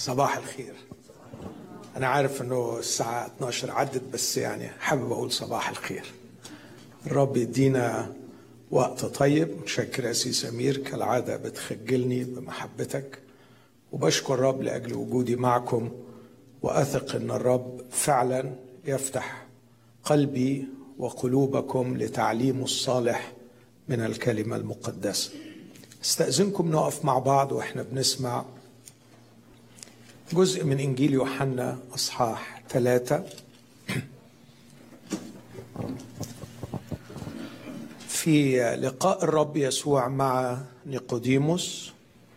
صباح الخير. أنا عارف أنه الساعة 12 عدت، بس يعني حابب أقول صباح الخير. الرب يدينا وقت طيب. متشكر يا سي سمير، كالعادة بتخجلني بمحبتك، وبشكر الرب لأجل وجودي معكم، وأثق أن الرب فعلا يفتح قلبي وقلوبكم لتعليمه الصالح من الكلمة المقدسة. استأذنكم نقف مع بعض وإحنا بنسمع جزء من إنجيل يوحنا أصحاح 3. في لقاء الرب يسوع مع نيقوديموس،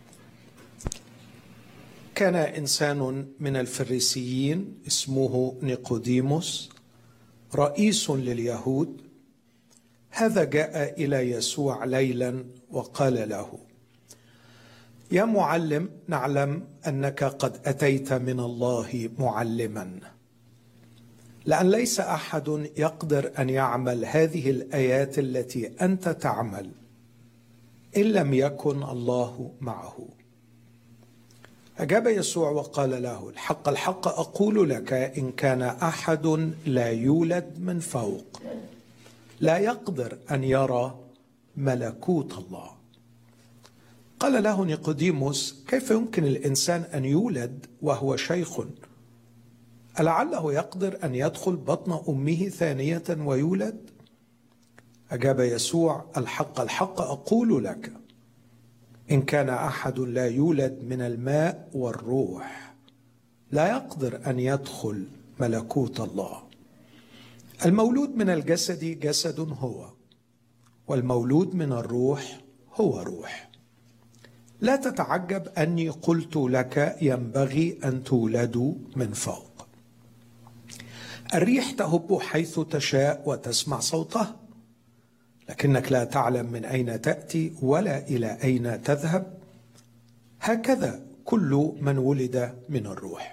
كان إنسان من الفريسيين اسمه نيقوديموس رئيس لليهود. هذا جاء إلى يسوع ليلا وقال له: يا معلم، نعلم أنك قد أتيت من الله معلما، لأن ليس أحد يقدر أن يعمل هذه الآيات التي أنت تعمل إن لم يكن الله معه. أجاب يسوع وقال له: الحق الحق أقول لك، إن كان أحد لا يولد من فوق لا يقدر أن يرى ملكوت الله. قال له نيقوديموس: كيف يمكن الإنسان أن يولد وهو شيخ؟ ألعله يقدر أن يدخل بطن أمه ثانية ويولد؟ أجاب يسوع: الحق الحق أقول لك، إن كان أحد لا يولد من الماء والروح لا يقدر أن يدخل ملكوت الله. المولود من الجسد جسد هو، والمولود من الروح هو روح. لا تتعجب أني قلت لك ينبغي أن تولدوا من فوق. الريح تهب حيث تشاء وتسمع صوتها، لكنك لا تعلم من أين تأتي ولا إلى أين تذهب. هكذا كل من ولد من الروح.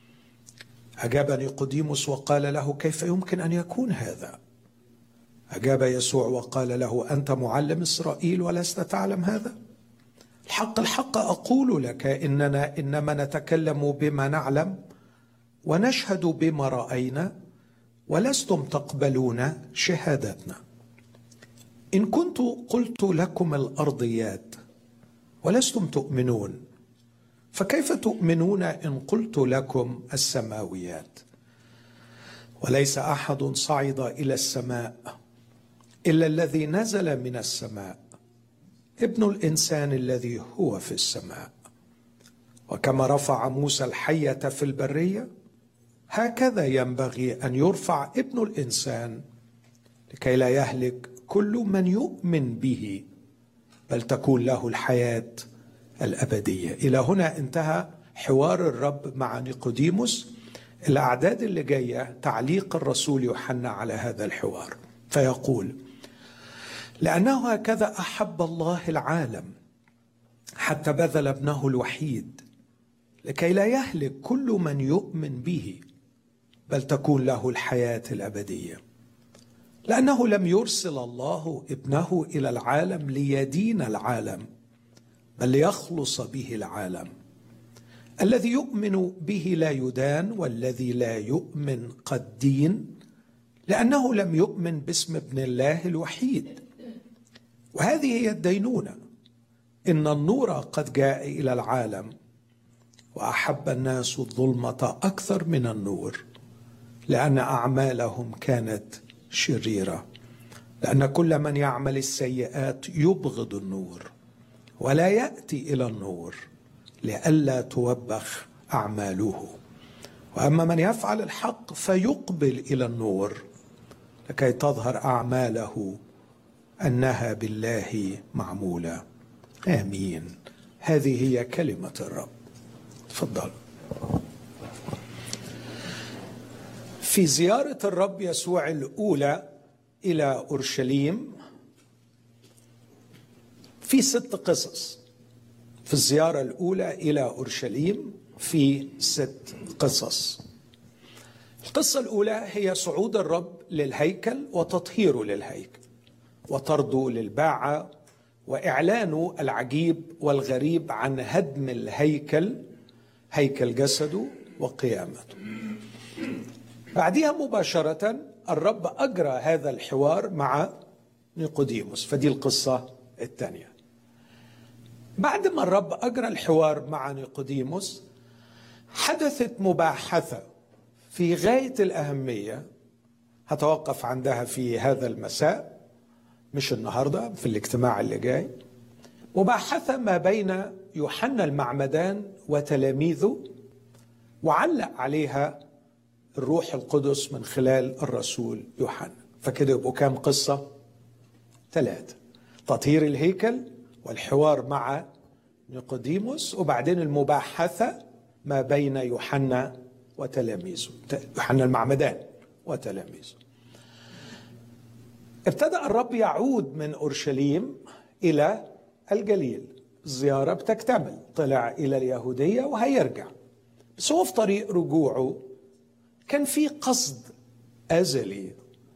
أجاب نيقوديموس وقال له: كيف يمكن أن يكون هذا؟ أجاب يسوع وقال له: أنت معلم إسرائيل ولست تعلم هذا؟ الحق الحق أقول لك، إننا إنما نتكلم بما نعلم ونشهد بما رأينا، ولستم تقبلون شهادتنا. إن كنت قلت لكم الأرضيات ولستم تؤمنون، فكيف تؤمنون إن قلت لكم السماويات؟ وليس أحد صعد إلى السماء إلا الذي نزل من السماء، ابن الإنسان الذي هو في السماء. وكما رفع موسى الحية في البرية، هكذا ينبغي أن يرفع ابن الإنسان، لكي لا يهلك كل من يؤمن به، بل تكون له الحياة الأبدية. إلى هنا انتهى حوار الرب مع نيقوديموس. الأعداد اللي جاية تعليق الرسول يوحنا على هذا الحوار، فيقول: لأنه هكذا أحب الله العالم حتى بذل ابنه الوحيد، لكي لا يهلك كل من يؤمن به، بل تكون له الحياة الأبدية. لأنه لم يرسل الله ابنه إلى العالم ليدين العالم، بل ليخلص به العالم. الذي يؤمن به لا يدان، والذي لا يؤمن قد دين، لأنه لم يؤمن باسم ابن الله الوحيد. وهذه هي الدينونة، إن النور قد جاء إلى العالم، وأحب الناس الظلمة أكثر من النور، لأن أعمالهم كانت شريرة. لأن كل من يعمل السيئات يبغض النور، ولا يأتي إلى النور لئلا توبخ أعماله. وأما من يفعل الحق فيقبل إلى النور، لكي تظهر أعماله أنها بالله معمولة. آمين. هذه هي كلمة الرب. تفضل. في زيارة الرب يسوع الأولى إلى أورشليم في 6 قصص. في الزيارة الأولى إلى أورشليم في 6 قصص. القصة الأولى هي صعود الرب للهيكل وتطهيره للهيكل وطرده للباعة وإعلانه العجيب والغريب عن هدم الهيكل هيكل جسده وقيامته. بعدها مباشرة الرب أجرى هذا الحوار مع نيقوديموس، فدي القصة الثانية. بعد ما الرب أجرى الحوار مع نيقوديموس حدثت مباحثة في غاية الأهمية، هتوقف عندها في هذا المساء مش النهاردة، في الاجتماع اللي جاي. مباحثة ما بين يوحنا المعمدان وتلاميذه، وعلق عليها الروح القدس من خلال الرسول يوحنا. فكده يبقوا كام قصة؟ 3: تطهير الهيكل والحوار مع نيقوديموس، وبعدين المباحثة ما بين يوحنا وتلاميذه، يوحنا المعمدان وتلاميذه. ابتدأ الرب يعود من أورشليم إلى الجليل، الزيارة بتكتمل، طلع إلى اليهودية وهيرجع. بس هو في طريق رجوعه كان في قصد أزلي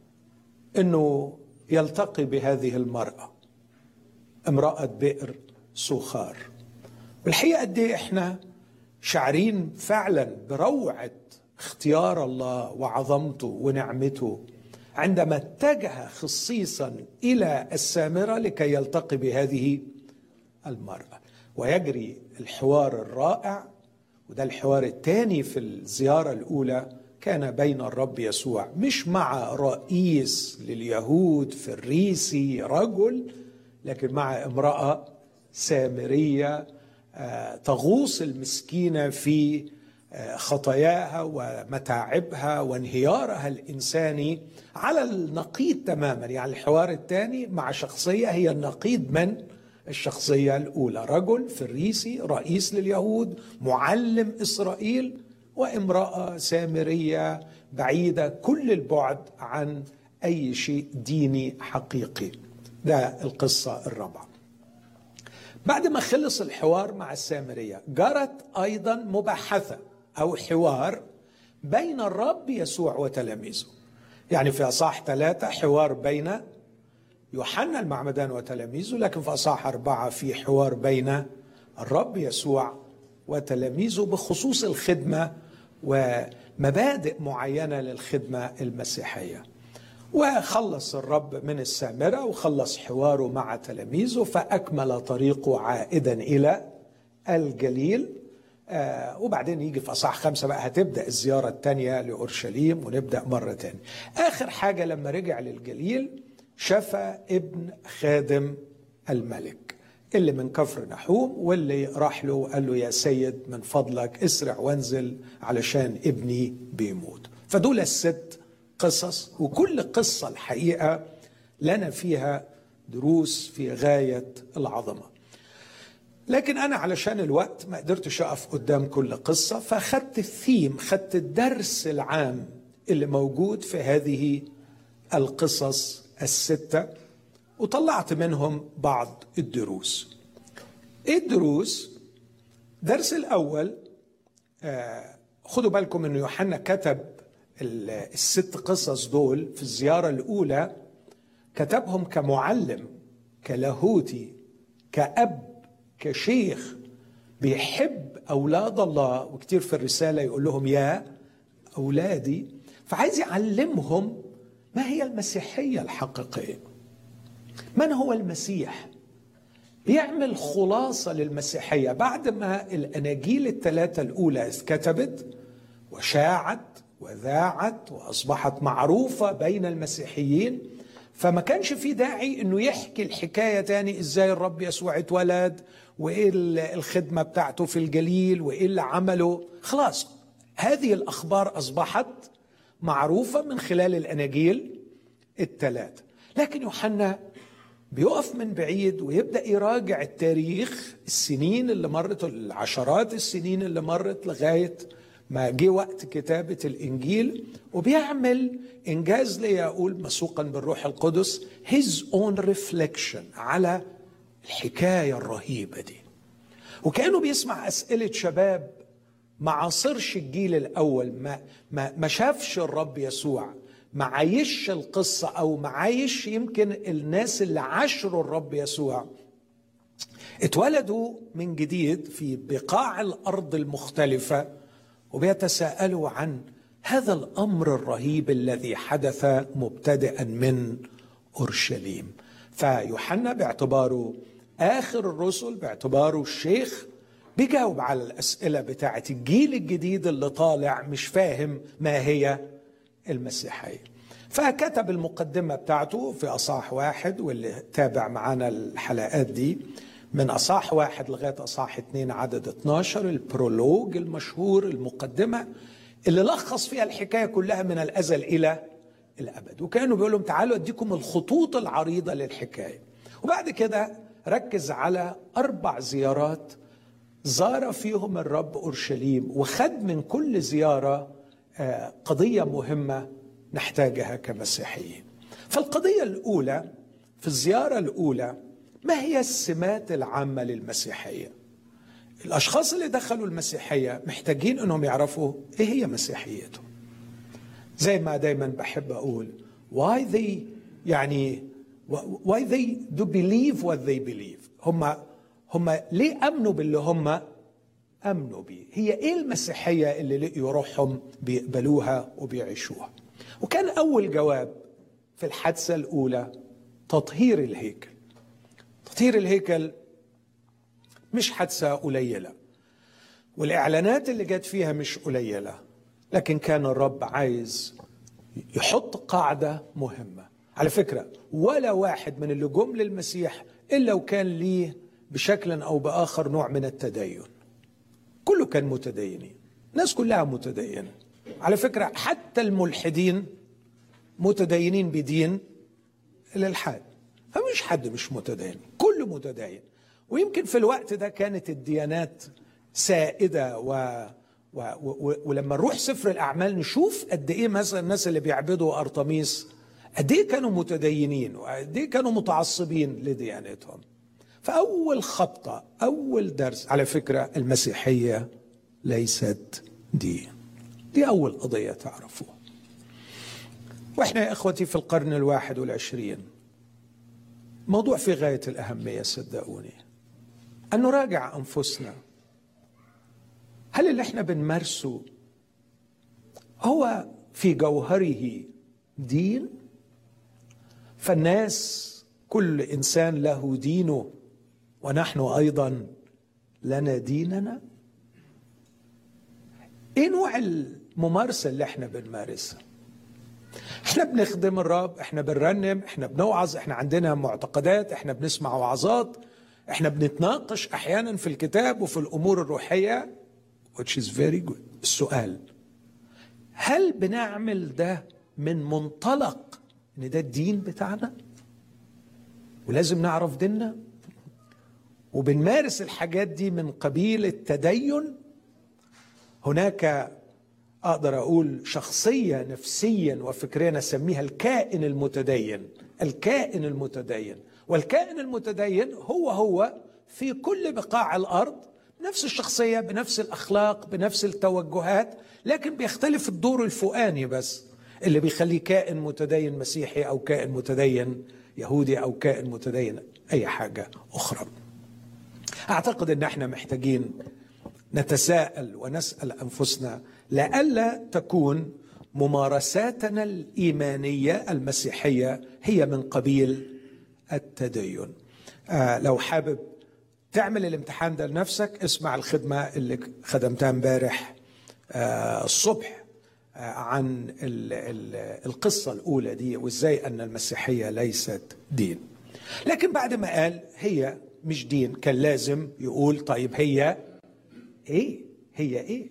أنه يلتقي بهذه المرأة، امرأة بئر سوخار. والحقيقة قد ايه احنا شعرين فعلا بروعة اختيار الله وعظمته ونعمته عندما اتجه خصيصا إلى السامرة لكي يلتقي بهذه المرأة ويجري الحوار الرائع. وده الحوار الثاني في الزيارة الأولى، كان بين الرب يسوع مش مع رئيس لليهود فريسي رجل، لكن مع امرأة سامرية تغوص المسكينة في خطاياها ومتاعبها وانهيارها الإنساني على النقيض تماما. يعني الحوار الثاني مع شخصية هي النقيض من الشخصية الأولى، رجل فريسي رئيس لليهود معلم إسرائيل، وامرأة سامرية بعيدة كل البعد عن أي شيء ديني حقيقي. ده القصة الرابعة. بعد ما خلص الحوار مع السامرية جرت أيضا مباحثة أو حوار بين الرب يسوع وتلاميذه. يعني في أصحاح 3 حوار بين يوحنا المعمدان وتلاميذه، لكن في أصحاح 4 في حوار بين الرب يسوع وتلاميذه بخصوص الخدمة ومبادئ معينة للخدمة المسيحية. وخلص الرب من السامرة وخلص حواره مع تلاميذه، فأكمل طريقه عائدا إلى الجليل. وبعدين يجي في أصحاح 5 بقى هتبدأ الزيارة الثانية لأورشليم ونبدأ مرة تانية. آخر حاجة لما رجع للجليل شفى ابن خادم الملك اللي من كفر نحوم، واللي راح له وقال له يا سيد من فضلك اسرع وانزل علشان ابني بيموت. فدول 6 قصص، وكل قصة الحقيقة لنا فيها دروس في غاية العظمة. لكن أنا علشان الوقت ما قدرتش أقف قدام كل قصة، فأخذت الثيم، خدت الدرس العام اللي موجود في هذه القصص 6 وطلعت منهم بعض الدروس. إيه الدروس؟ درس الأول، خدوا بالكم أن يوحنا كتب 6 قصص دول في الزيارة الأولى، كتبهم كمعلم، كلاهوتي، كأب، كشيخ بيحب أولاد الله، وكتير في الرسالة يقول لهم يا أولادي. فعايز يعلمهم ما هي المسيحية الحقيقية، من هو المسيح، بيعمل خلاصة للمسيحية. بعد ما الأناجيل ال3 الأولى اتكتبت وشاعت وذاعت وأصبحت معروفة بين المسيحيين، فما كانش في داعي أنه يحكي الحكاية تاني، إزاي الرب يسوع اتولد وإيه الخدمة بتاعته في الجليل وإيه اللي عمله. خلاص هذه الأخبار أصبحت معروفة من خلال الأناجيل ال3. لكن يوحنا بيقف من بعيد ويبدأ يراجع التاريخ، السنين اللي مرت، العشرات السنين اللي مرت لغاية ما جه وقت كتابة الإنجيل، وبيعمل إنجاز لي أقول مسوقا بالروح القدس his own reflection على الحكاية الرهيبة دي. وكأنه بيسمع أسئلة شباب ما عاصرش الجيل الأول، ما شافش الرب يسوع، ما عايش القصة، أو ما عايش يمكن الناس اللي عاشروا الرب يسوع. اتولدوا من جديد في بقاع الأرض المختلفة، وبيتساءلوا عن هذا الأمر الرهيب الذي حدث مبتدئا من أورشليم. فيوحنا باعتباره آخر الرسل، باعتباره الشيخ، بيجاوب على الأسئلة بتاعة الجيل الجديد اللي طالع مش فاهم ما هي المسيحية. فكتب المقدمة بتاعته في أصحاح 1، واللي تابع معانا الحلقات دي من أصحاح 1 لغاية أصحاح 2 عدد 12، البرولوج المشهور، المقدمة اللي لخص فيها الحكاية كلها من الأزل إلى الأبد. وكانوا بيقول لهم تعالوا أديكم الخطوط العريضة للحكاية. وبعد كده ركز على 4 زيارات زار فيهم الرب أورشليم، وخد من كل زيارة قضية مهمة نحتاجها كمسيحيين. فالقضية الأولى في الزيارة الأولى، ما هي السمات العامة للمسيحية؟ الأشخاص اللي دخلوا المسيحية محتاجين أنهم يعرفوا إيه هي مسيحيتهم. زي ما دايما بحب أقول why they do believe what they believe. هم ليه أمنوا باللي هم أمنوا بيه؟ هي إيه المسيحية اللي لقيوا روحهم بيقبلوها وبيعيشوها؟ وكان أول جواب في الحادثة الأولى تطهير الهيكل. تطهير الهيكل مش حادثة قليلة، والإعلانات اللي جت فيها مش قليلة، لكن كان الرب عايز يحط قاعدة مهمة. على فكرة ولا واحد من اللي جم للمسيح إلا وكان ليه بشكل أو بآخر نوع من التدين. كله كان متدينين، الناس كلها متدينة. على فكرة حتى الملحدين متدينين بدين الإلحاد، فمش حد مش متدين، كله متدين. ويمكن في الوقت ده كانت الديانات سائدة ولما نروح سفر الأعمال نشوف قد إيه مثلا الناس اللي بيعبدوا أرطميس قد إيه كانوا متدينين وقد إيه كانوا متعصبين لديانتهم. فأول خبطة، أول درس، على فكرة المسيحية ليست دين. دي أول قضية تعرفوها. وإحنا يا إخوتي في القرن 21 موضوع في غاية الأهمية، صدقوني، أن نراجع أنفسنا. هل اللي إحنا بنمارسه هو في جوهره دين؟ فالناس كل إنسان له دينه ونحن أيضا لنا ديننا. إيه نوع الممارسة اللي إحنا بنمارسها؟ إحنا بنخدم الرب، إحنا بنرنم، إحنا بنوعظ، إحنا عندنا معتقدات، إحنا بنسمع وعظات، إحنا بنتناقش أحيانا في الكتاب وفي الأمور الروحية which is very good. السؤال، هل بنعمل ده من منطلق إن ده الدين بتاعنا ولازم نعرف ديننا، وبنمارس الحاجات دي من قبيل التدين؟ هناك أقدر أقول شخصية نفسيا وفكريا نسميها الكائن المتدين. الكائن المتدين، والكائن المتدين هو في كل بقاع الأرض، بنفس الشخصية، بنفس الأخلاق، بنفس التوجهات، لكن بيختلف الدور الفوقاني بس اللي بيخليه كائن متدين مسيحي أو كائن متدين يهودي أو كائن متدين أي حاجة أخرى. أعتقد أن احنا محتاجين نتساءل ونسأل أنفسنا لئلا تكون ممارساتنا الإيمانية المسيحية هي من قبيل التدين. لو حابب تعمل الامتحان ده لنفسك، اسمع الخدمة اللي خدمتها امبارح الصبح عن القصة الأولى دي وإزاي أن المسيحية ليست دين. لكن بعد ما قال هي مش دين، كان لازم يقول طيب هي إيه؟ هي إيه؟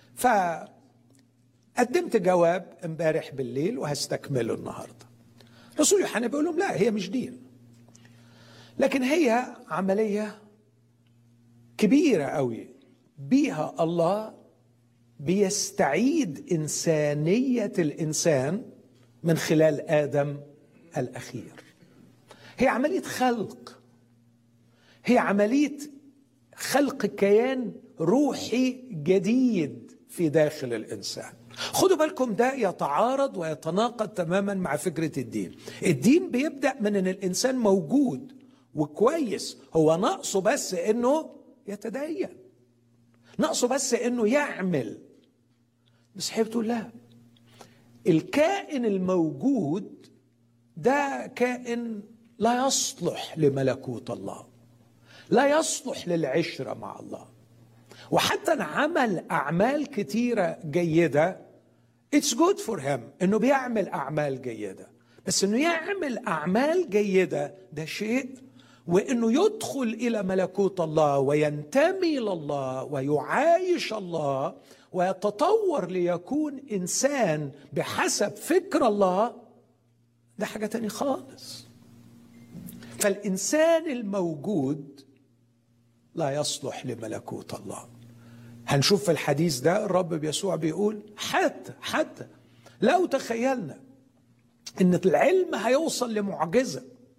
فقدمت جواب امبارح بالليل وهستكمله النهاردة. رسول يوحنا بيقول لهم لا، هي مش دين، لكن هي عملية كبيرة قوي بيها الله بيستعيد إنسانية الإنسان من خلال آدم الأخير. هي عملية خلق، هي عملية خلق كيان روحي جديد في داخل الإنسان. خدوا بالكم ده يتعارض ويتناقض تماما مع فكرة الدين. الدين بيبدأ من أن الإنسان موجود وكويس، هو ناقصه بس انه يتدين، ناقصه بس انه يعمل. المسيحية بتقول لا، الكائن الموجود ده كائن لا يصلح لملكوت الله، لا يصلح للعشرة مع الله. وحتى عمل أعمال كتيرة جيدة it's good for him، إنه بيعمل أعمال جيدة، بس إنه يعمل أعمال جيدة ده شيء، وإنه يدخل إلى ملكوت الله وينتمي لله ويعايش الله ويتطور ليكون إنسان بحسب فكر الله، ده حاجة تانية خالص. فالإنسان الموجود لا يصلح لملكوت الله. هنشوف في الحديث ده الرب بيسوع بيقول حتى لو تخيلنا ان العلم هيوصل لمعجزة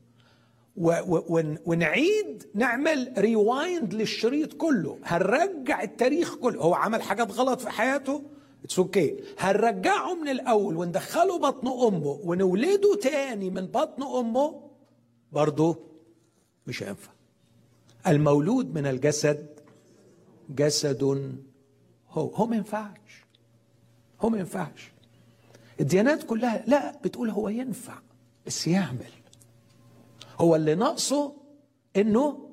ونعيد نعمل ريوايند للشريط كله، هنرجع التاريخ كله، هو عمل حاجات غلط في حياته اتس اوكي، هنرجعه من الاول وندخله بطن امه ونولده تاني من بطن امه، برضه مش هينفع. المولود من الجسد جسد هو ما ينفعش، هو ما ينفعش. الديانات كلها لا بتقول هو ينفع بس يعمل، هو اللي ناقصه انه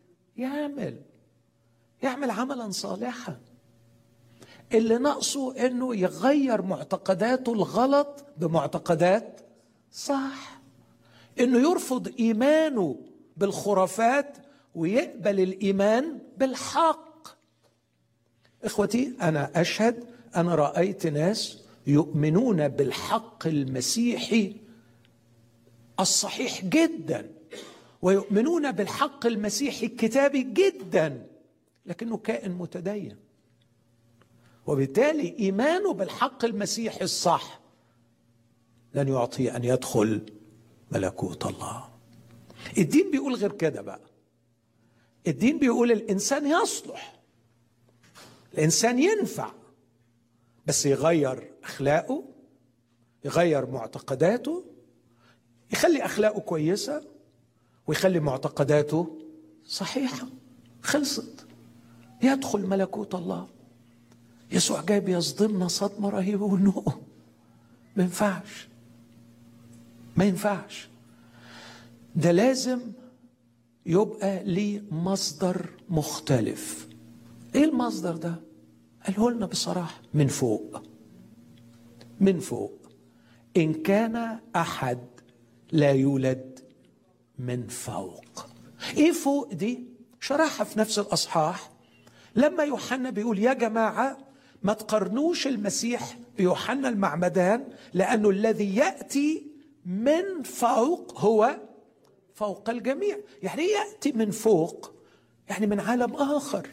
يعمل عملا صالحا، اللي ناقصه انه يغير معتقداته الغلط بمعتقدات صح، انه يرفض ايمانه بالخرافات ويقبل الايمان بالحق. اخوتي انا اشهد، انا رايت ناس يؤمنون بالحق المسيحي الصحيح جدا، ويؤمنون بالحق المسيحي الكتابي جدا، لكنه كائن متدين، وبالتالي ايمانه بالحق المسيحي الصح لن يعطيه ان يدخل ملكوت الله. الدين بيقول غير كده بقى، الدين بيقول الانسان يصلح، الانسان ينفع، بس يغير اخلاقه، يغير معتقداته، يخلي اخلاقه كويسه ويخلي معتقداته صحيحه، خلصت، يدخل ملكوت الله. يسوع جاي بيصدمنا صدمه رهيبه ويقول نو، ما ينفعش، ما ينفعش، ده لازم يبقى ليه مصدر مختلف. ايه المصدر ده؟ قاله لنا بصراحه، من فوق، من فوق. ان كان احد لا يولد من فوق. ايه فوق دي؟ شرحها في نفس الاصحاح لما يوحنا بيقول يا جماعه ما تقارنوش المسيح بيوحنا المعمدان، لانه الذي ياتي من فوق هو فوق الجميع. يعني ايه ياتي من فوق؟ يعني من عالم اخر،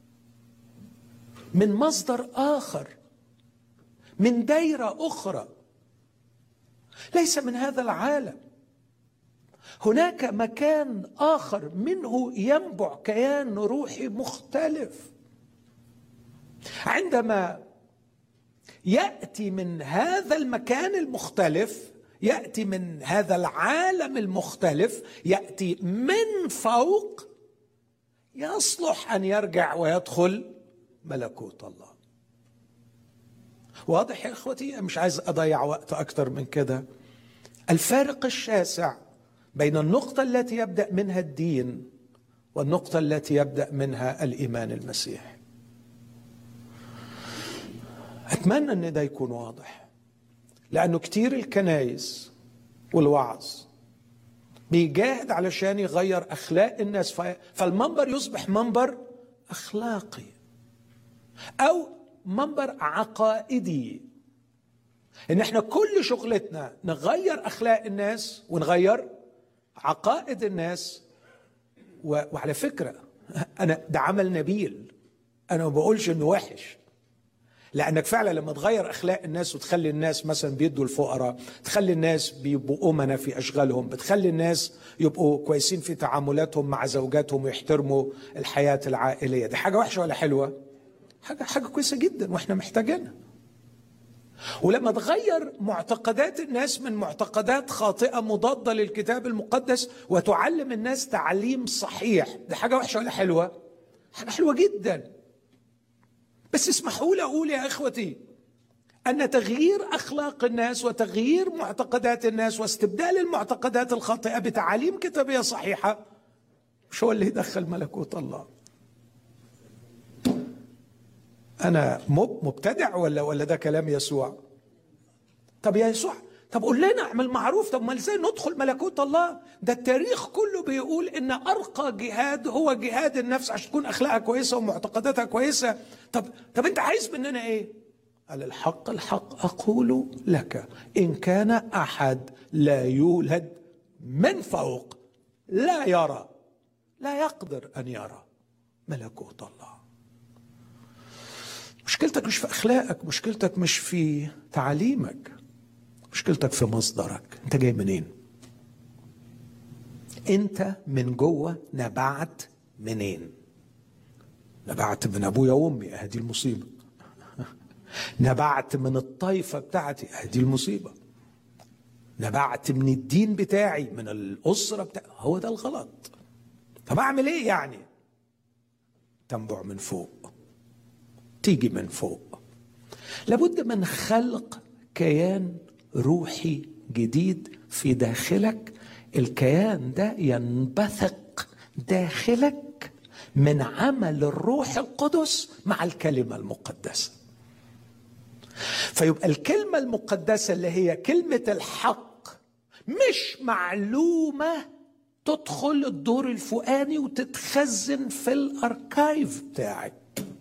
من مصدر اخر، من دايره اخرى، ليس من هذا العالم. هناك مكان آخر منه ينبع كيان روحي مختلف. عندما يأتي من هذا المكان المختلف، يأتي من هذا العالم المختلف، يأتي من فوق، يصلح أن يرجع ويدخل ملكوت الله. واضح يا إخوتي؟ مش عايز أضيع وقت أكتر من كده. الفارق الشاسع بين النقطة التي يبدأ منها الدين والنقطة التي يبدأ منها الإيمان المسيحي. أتمنى أن ده يكون واضح، لأنه كتير الكنائس والوعظ بيجاهد علشان يغير أخلاق الناس، فالمنبر يصبح منبر أخلاقي أو منبر عقائدي، إن احنا كل شغلتنا نغير أخلاق الناس ونغير عقائد الناس. وعلى فكرة أنا ده عمل نبيل، أنا ما بقولش إنه وحش، لأنك فعلا لما تغير أخلاق الناس وتخلي الناس مثلا بيدوا الفقراء، تخلي الناس بيبقوا أمنا في أشغالهم، بتخلي الناس يبقوا كويسين في تعاملاتهم مع زوجاتهم ويحترموا الحياة العائلية، دي حاجة وحشة ولا حلوة؟ حاجة كويسة جدا وإحنا محتاجينها. ولما تغير معتقدات الناس من معتقدات خاطئة مضادة للكتاب المقدس وتعلم الناس تعليم صحيح، دي حاجة وحشة ولا حلوة؟ حاجة حلوة جدا. بس اسمحوا لي أقول يا إخوتي أن تغيير أخلاق الناس وتغيير معتقدات الناس واستبدال المعتقدات الخاطئة بتعاليم كتابية صحيحة مش هو اللي يدخل ملكوت الله. أنا مبتدع ولا ده كلام يسوع؟ طب يا يسوع، طب قول لنا اعمل معروف، طب ما ازاي ندخل ملكوت الله؟ ده التاريخ كله بيقول ان ارقى جهاد هو جهاد النفس عشان تكون اخلاقها كويسه ومعتقداتها كويسه. طب انت عايز مننا ايه؟ قال الحق الحق اقول لك ان كان احد لا يولد من فوق لا يرى، لا يقدر ان يرى ملكوت الله. مشكلتك مش في اخلاقك، مشكلتك مش في تعاليمك، مشكلتك في مصدرك. انت جاي منين؟ انت من جوه نبعت منين؟ نبعت من ابويا وامي، هذه المصيبه. نبعت من الطائفه بتاعتي، هذه المصيبه. نبعت من الدين بتاعي، من الاسره بتاعي، هو ده الغلط. طب اعمل ايه يعني؟ تنبع من فوق، تيجي من فوق. لابد من خلق كيان روحي جديد في داخلك. الكيان ده ينبثق داخلك من عمل الروح القدس مع الكلمة المقدسة. فيبقى الكلمة المقدسة اللي هي كلمة الحق مش معلومة تدخل الدور الفوقاني وتتخزن في الاركايف بتاعك،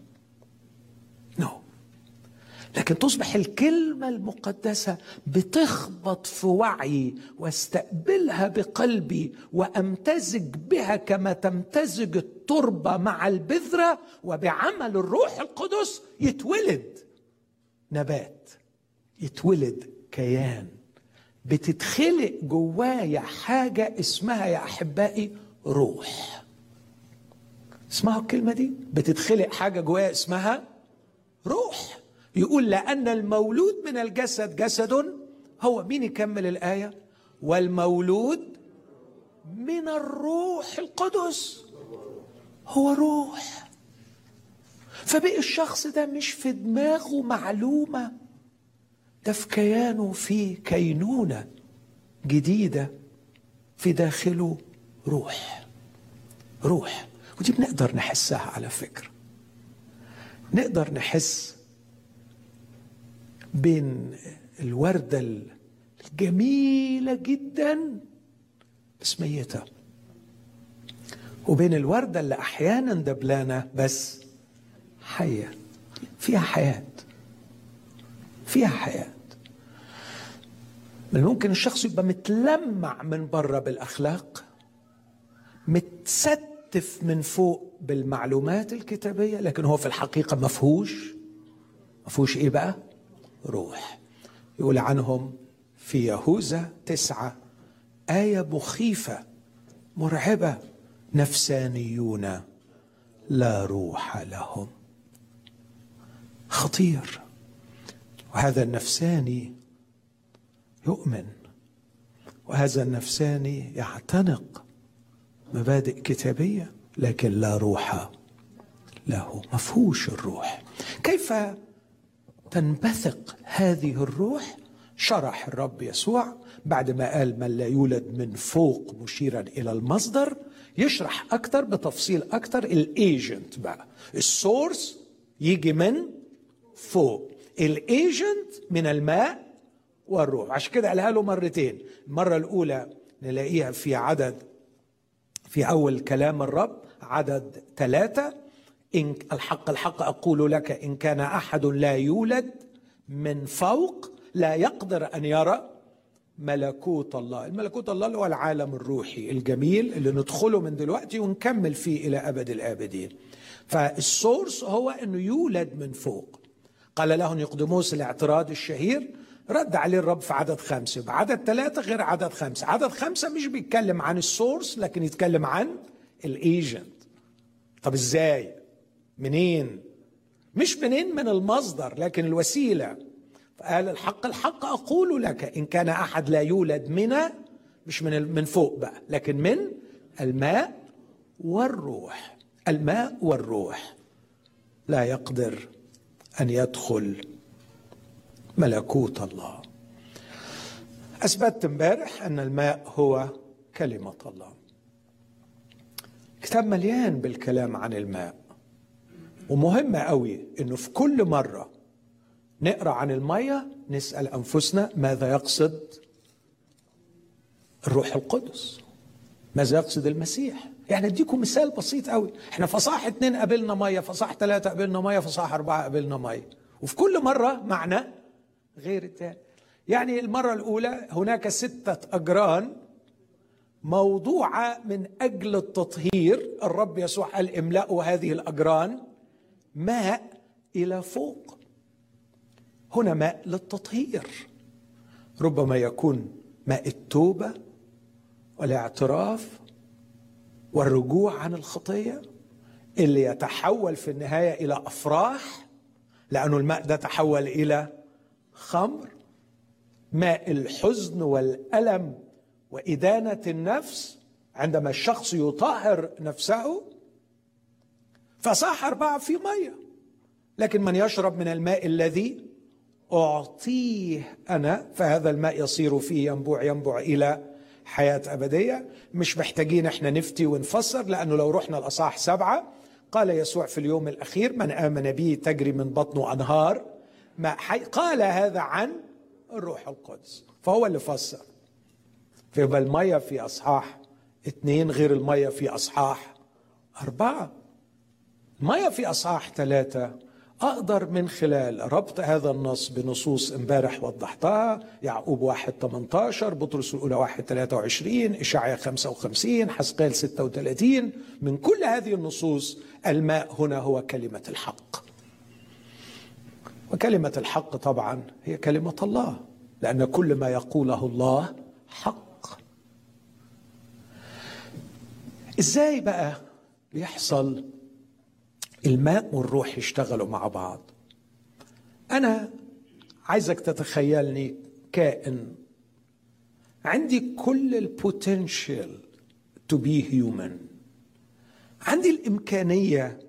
لكن تصبح الكلمة المقدسة بتخبط في وعي واستقبلها بقلبي وأمتزج بها كما تمتزج التربة مع البذرة، وبعمل الروح القدس يتولد نبات، يتولد كيان، بتتخلق جوايا حاجة اسمها يا أحبائي روح. اسمعوا الكلمة دي، بتتخلق حاجة جوايا اسمها روح. يقول لأن المولود من الجسد جسد، هو مين يكمل الآية؟ والمولود من الروح القدس هو روح. فبقى الشخص ده مش في دماغه معلومة، ده في كيانه، في كينونة جديدة في داخله روح. روح، ودي بنقدر نحسها على فكرة. نقدر نحس بين الوردة الجميلة جدا بس ميتة، وبين الوردة اللي أحيانا دبلانة بس حية، فيها حياة، فيها حياة. من ممكن الشخص يبقى متلمع من بره بالأخلاق، متستف من فوق بالمعلومات الكتابية، لكن هو في الحقيقة مفهوش إيه بقى؟ روح. يقول عنهم في يهوذا 9 آية مخيفة مرعبة: نفسانيون لا روح لهم. خطير. وهذا النفساني يؤمن، وهذا النفساني يعتنق مبادئ كتابية، لكن لا روح له، مفهوش الروح. كيف تنبثق هذه الروح؟ شرح الرب يسوع بعد ما قال من لا يولد من فوق مشيرا إلى المصدر، يشرح أكتر بتفصيل أكتر. الإيجنت بقى، السورس يجي من فوق، الإيجنت من الماء والروح. عشان كده قالها له مرتين. المرة الأولى نلاقيها في أول كلام الرب عدد 3: إن الحق الحق أقول لك إن كان أحد لا يولد من فوق لا يقدر أن يرى ملكوت الله. الملكوت الله اللي هو العالم الروحي الجميل اللي ندخله من دلوقتي ونكمل فيه إلى أبد الآبدين. فالسورس هو أنه يولد من فوق. قال له نيقوديموس الاعتراض الشهير، رد عليه الرب في عدد 5. بعدد 3 غير عدد 5. عدد 5 مش بيتكلم عن السورس، لكن يتكلم عن الايجنت. طب ازاي؟ منين؟ مش منين من المصدر، لكن الوسيلة. فقال الحق الحق أقول لك إن كان أحد لا يولد مش من فوق بقى، لكن من الماء والروح. الماء والروح لا يقدر أن يدخل ملكوت الله. أثبتت امبارح أن الماء هو كلمة الله. كتاب مليان بالكلام عن الماء، ومهم قوي إنه في كل مرة نقرأ عن المية نسأل أنفسنا ماذا يقصد الروح القدس، ماذا يقصد المسيح. يعني اديكم مثال بسيط قوي. احنا فصاح 2 قابلنا مية، فصاح 3 قابلنا مية، فصاح 4 قابلنا مية، وفي كل مرة معنى غير التاني. يعني المرة الأولى هناك 6 أجران موضوعة من أجل التطهير. الرب يسوع قال املأوا هذه الأجران ماء إلى فوق. هنا ماء للتطهير، ربما يكون ماء التوبة والاعتراف والرجوع عن الخطية اللي يتحول في النهاية إلى أفراح، لأنه الماء ده تحول إلى خمر. ماء الحزن والألم وإدانة النفس عندما الشخص يطهر نفسه. فصاح 4 في مية، لكن من يشرب من الماء الذي أعطيه أنا فهذا الماء يصير فيه ينبوع إلى حياة أبدية. مش محتاجين احنا نفتي ونفسر، لأنه لو رحنا الأصحاح 7 قال يسوع في اليوم الأخير من آمن بي تجري من بطنه أنهار ماء حي. قال هذا عن الروح القدس، فهو اللي فسر. فيبقى المية في أصحاح 2 غير المية في أصحاح 4. المية في أصحاح 3 أقدر من خلال ربط هذا النص بنصوص امبارح وضحتها، يعقوب 1:18، بطرس الأولى 1:23، إشعياء 55، حزقيال 36. من كل هذه النصوص الماء هنا هو كلمة الحق. وكلمة الحق طبعا هي كلمة الله، لأن كل ما يقوله الله حق. إزاي بقى بيحصل الماء والروح يشتغلوا مع بعض؟ أنا عايزك تتخيلني كائن عندي كل البوتنشال to be human، عندي الإمكانية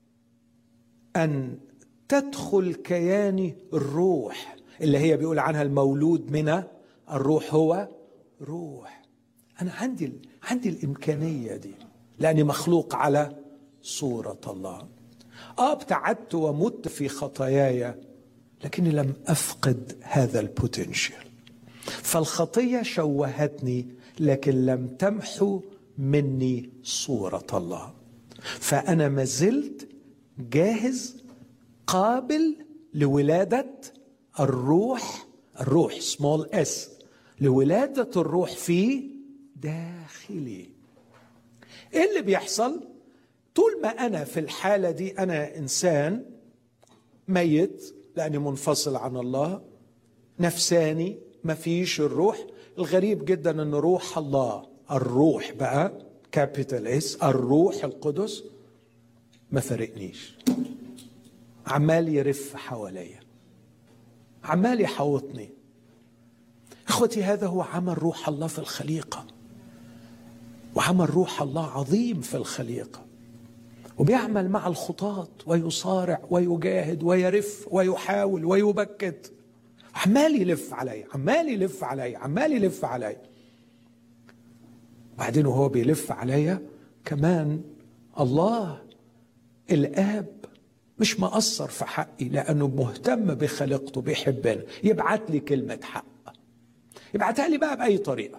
أن تدخل كياني الروح اللي هي بيقول عنها المولود من الروح هو روح. أنا عندي الإمكانية دي لأني مخلوق على صورة الله. ابتعدت ومت في خطاياي، لكني لم أفقد هذا البوتنشال. فالخطية شوهتني لكن لم تمحو مني صورة الله. فأنا ما زلت جاهز قابل لولادة الروح small s، لولادة الروح في داخلي. ايه اللي بيحصل؟ طول ما أنا في الحالة دي أنا إنسان ميت لأني منفصل عن الله، نفساني، ما فيش الروح. الغريب جدا أن روح الله، الروح بقى كابيتال اس، الروح القدس، ما فرقنيش، عمال يرف حواليا، عمال يحوطني. اخوتي هذا هو عمل روح الله في الخليقة، وعمل روح الله عظيم في الخليقة، وبيعمل مع الخطاة ويصارع ويجاهد ويرف ويحاول ويبكت، عمال يلف علي عمال يلف علي عمال يلف علي. بعدين وهو بيلف علي كمان الله الآب مش مقصر في حقي، لأنه مهتم بخلقته بيحبنا، يبعت لي كلمة حق، يبعتها لي بقى بأي طريقة.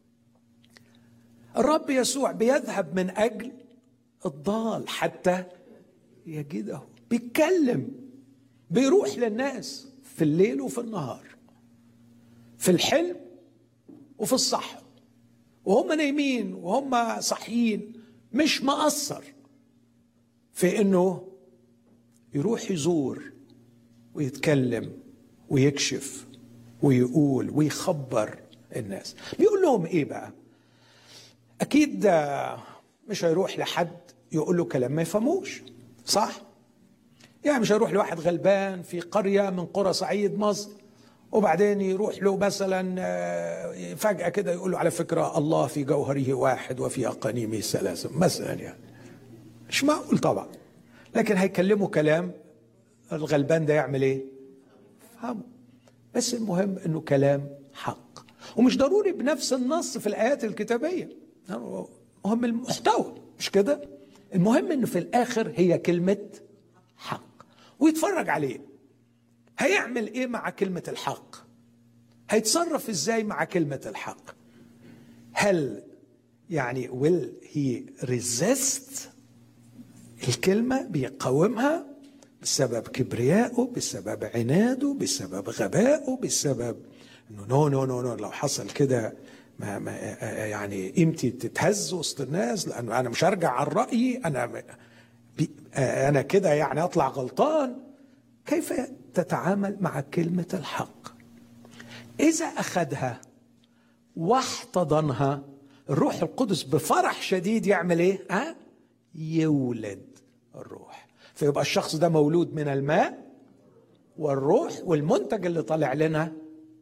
الرب يسوع بيذهب من أجل الضال حتى يجده، بيتكلم، بيروح للناس في الليل وفي النهار، في الحلم وفي الصحو، وهم نايمين وهم صحيين، مش مقصر في انه يروح يزور ويتكلم ويكشف ويقول ويخبر الناس. بيقول لهم ايه بقى؟ اكيد مش هيروح لحد يقول له كلام ما يفهموش، صح؟ يعني مش هيروح لواحد غلبان في قرية من قرى صعيد مصر وبعدين يروح له مثلا فجأة كده يقول له على فكرة الله في جوهره واحد وفي أقانيمه ثلاثة مثلا، يعني مش معقول طبعا، لكن هيكلمه كلام الغلبان ده يعمل ايه؟ فهمه. بس المهم انه كلام حق، ومش ضروري بنفس النص في الآيات الكتابية، مهم المحتوى، مش كده؟ المهم انه في الآخر هي كلمة حق، ويتفرج عليه هيعمل ايه مع كلمة الحق، هيتصرف ازاي مع كلمة الحق. هل يعني will he resist الكلمة، بيقاومها بسبب كبريائه، بسبب عناده، بسبب غبائه، بسبب انه نو لو حصل كده ما يعني قيمتي تتهز وسط الناس، لانه انا مش هرجع عن رأيي، انا كده يعني اطلع غلطان. كيف تتعامل مع كلمة الحق؟ إذا أخذها واحتضنها الروح القدس بفرح شديد يعمل إيه؟ يولد الروح، فيبقى الشخص ده مولود من الماء والروح، والمنتج اللي طالع لنا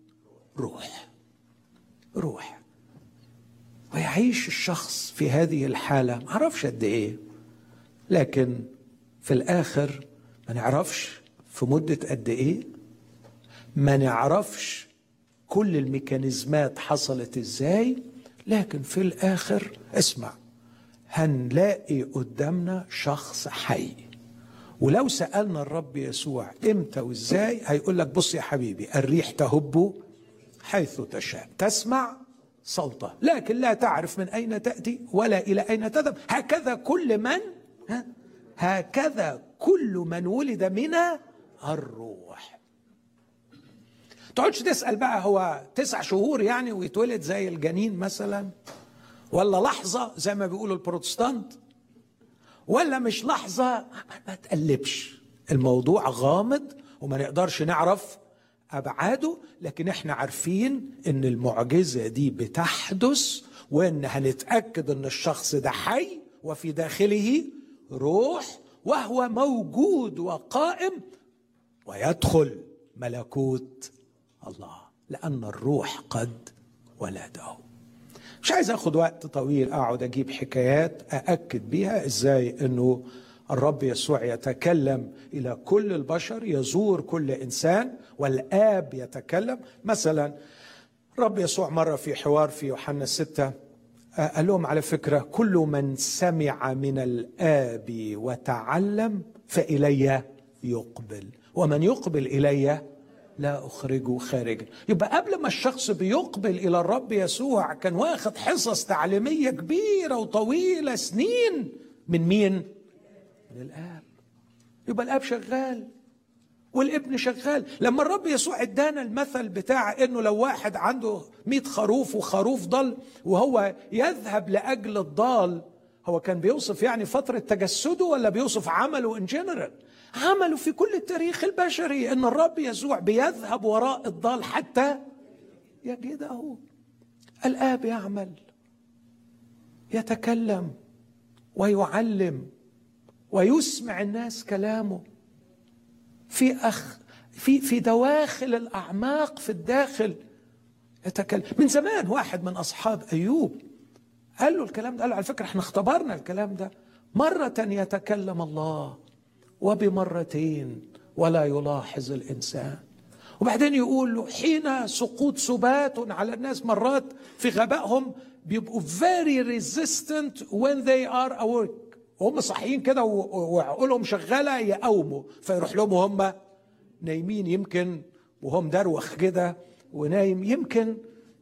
روح. ويعيش الشخص في هذه الحالة معرفش قد إيه، لكن في الآخر ما نعرفش في مدة قد إيه، ما نعرفش كل الميكانيزمات حصلت إزاي، لكن في الآخر اسمع، هنلاقي قدامنا شخص حي. ولو سألنا الرب يسوع إمتى وإزاي هيقول لك بص يا حبيبي، الريح تهب حيث تشاء، تسمع صوته لكن لا تعرف من أين تأتي ولا إلى أين تذهب. هكذا كل من ولد من الروح. تقعدش تسأل بقى هو 9 شهور يعني ويتولد زي الجنين مثلا، ولا لحظة زي ما بيقولوا البروتستانت، ولا مش لحظة. ما تقلبش، الموضوع غامض وما نقدرش نعرف أبعاده، لكن احنا عارفين ان المعجزة دي بتحدث، وان هنتأكد ان الشخص ده حي وفي داخله روح، وهو موجود وقائم ويدخل ملكوت الله، لأن الروح قد ولده. مش عايز أخذ وقت طويل أقعد أجيب حكايات أأكد بيها إزاي أنه الرب يسوع يتكلم إلى كل البشر، يزور كل إنسان، والآب يتكلم. مثلا الرب يسوع مرة في حوار في يوحنا 6 قال لهم على فكرة كل من سمع من الآب وتعلم فإلي يقبل، ومن يقبل إلي لا أخرجه خارجا. يبقى قبل ما الشخص بيقبل إلى الرب يسوع كان واخد حصص تعليمية كبيرة وطويلة سنين من مين؟ من الآب. يبقى الآب شغال والابن شغال. لما الرب يسوع ادانا المثل بتاع انه لو واحد عنده 100 خروف وخروف ضل وهو يذهب لأجل الضال، هو كان بيوصف يعني فترة تجسده ولا بيوصف عمله ان جنرال؟ عمله في كل التاريخ البشري، ان الرب يسوع بيذهب وراء الضال حتى يجده. الآب يعمل، يتكلم ويعلم ويسمع الناس كلامه في دواخل الأعماق، في الداخل يتكلم. من زمان واحد من أصحاب أيوب قال له الكلام ده، قال له على فكرة احنا اختبرنا الكلام ده، مرة يتكلم الله وبمرتين ولا يلاحظ الإنسان. وبعدين يقول له حين سقوط سبات على الناس، مرات في غبائهم بيبقوا very resistant when they are awake، وهم صحيين كده وعقولهم شغالة يقوموا، فيروح لهم وهم نايمين، يمكن وهم دروخ كده ونايم يمكن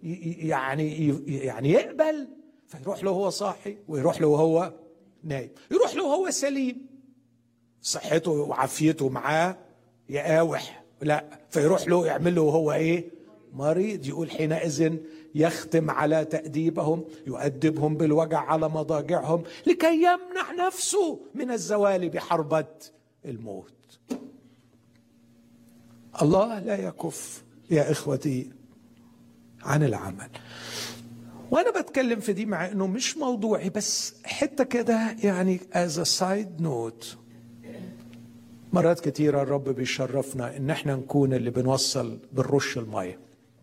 يعني يقبل، فيروح له وهو صاحي ويروح له وهو نايم، يروح له وهو سليم صحته وعافيته معاه يقاوح، لا فيروح له يعمل له وهو ايه؟ مريض. يقول حينئذ يختم على تأديبهم، يؤدبهم بالوجع على مضاجعهم لكي يمنع نفسه من الزوال بحربة الموت. الله لا يكف يا إخوتي عن العمل. وأنا بتكلم في دي مع أنه مش موضوعي، بس حتى كده يعني as a side note، مرات كتيرة الرب بيشرفنا ان احنا نكون اللي بنوصل بالرش المية.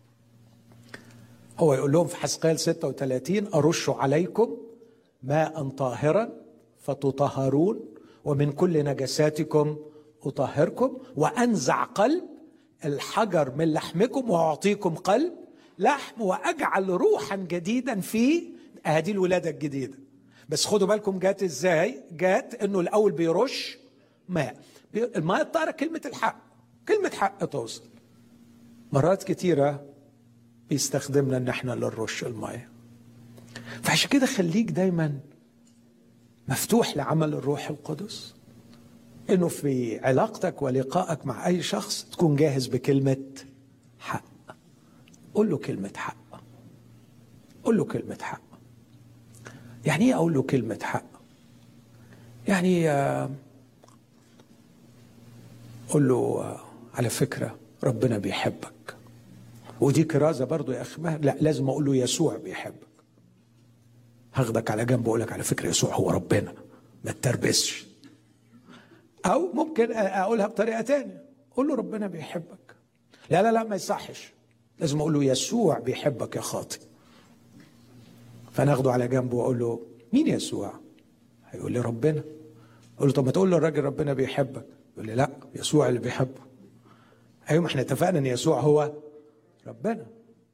هو يقول لهم في حزقيال 36 أرش عليكم ماء طاهرا فتطهرون ومن كل نجساتكم أطهركم وأنزع قلب الحجر من لحمكم وأعطيكم قلب لحم وأجعل روحا جديدا في هذه الولادة الجديدة. بس خدوا بالكم جات ازاي؟ جات انه الاول بيرش ماء. الماء الطاهرة كلمة الحق، كلمة حق توصل. مرات كتيرة بيستخدمنا ان احنا للرش الماء. فعشان كده خليك دايما مفتوح لعمل الروح القدس، انه في علاقتك ولقائك مع اي شخص تكون جاهز بكلمة حق. قول له كلمة حق، قول له كلمة حق. يعني ايه اقول له كلمة حق؟ يعني قول له على فكرة ربنا بيحبك. ودي كرازة برضو يا أخي، لا لازم أقول له يسوع بيحبك. هاخدك على جنب وأقول لك على فكرة يسوع هو ربنا، ما تتربسش. أو ممكن أقولها بطريقة تانية، قول له ربنا بيحبك. لا لا لا ما يصحش، لازم أقول له يسوع بيحبك يا خاطئ. فناخده على جنب وأقول له مين يسوع؟ هيقول لي ربنا. أقول له طب ما تقول له الراجل ربنا بيحبك. يقول لي لا يسوع اللي بيحبه. أيوة ما احنا اتفقنا ان يسوع هو ربنا.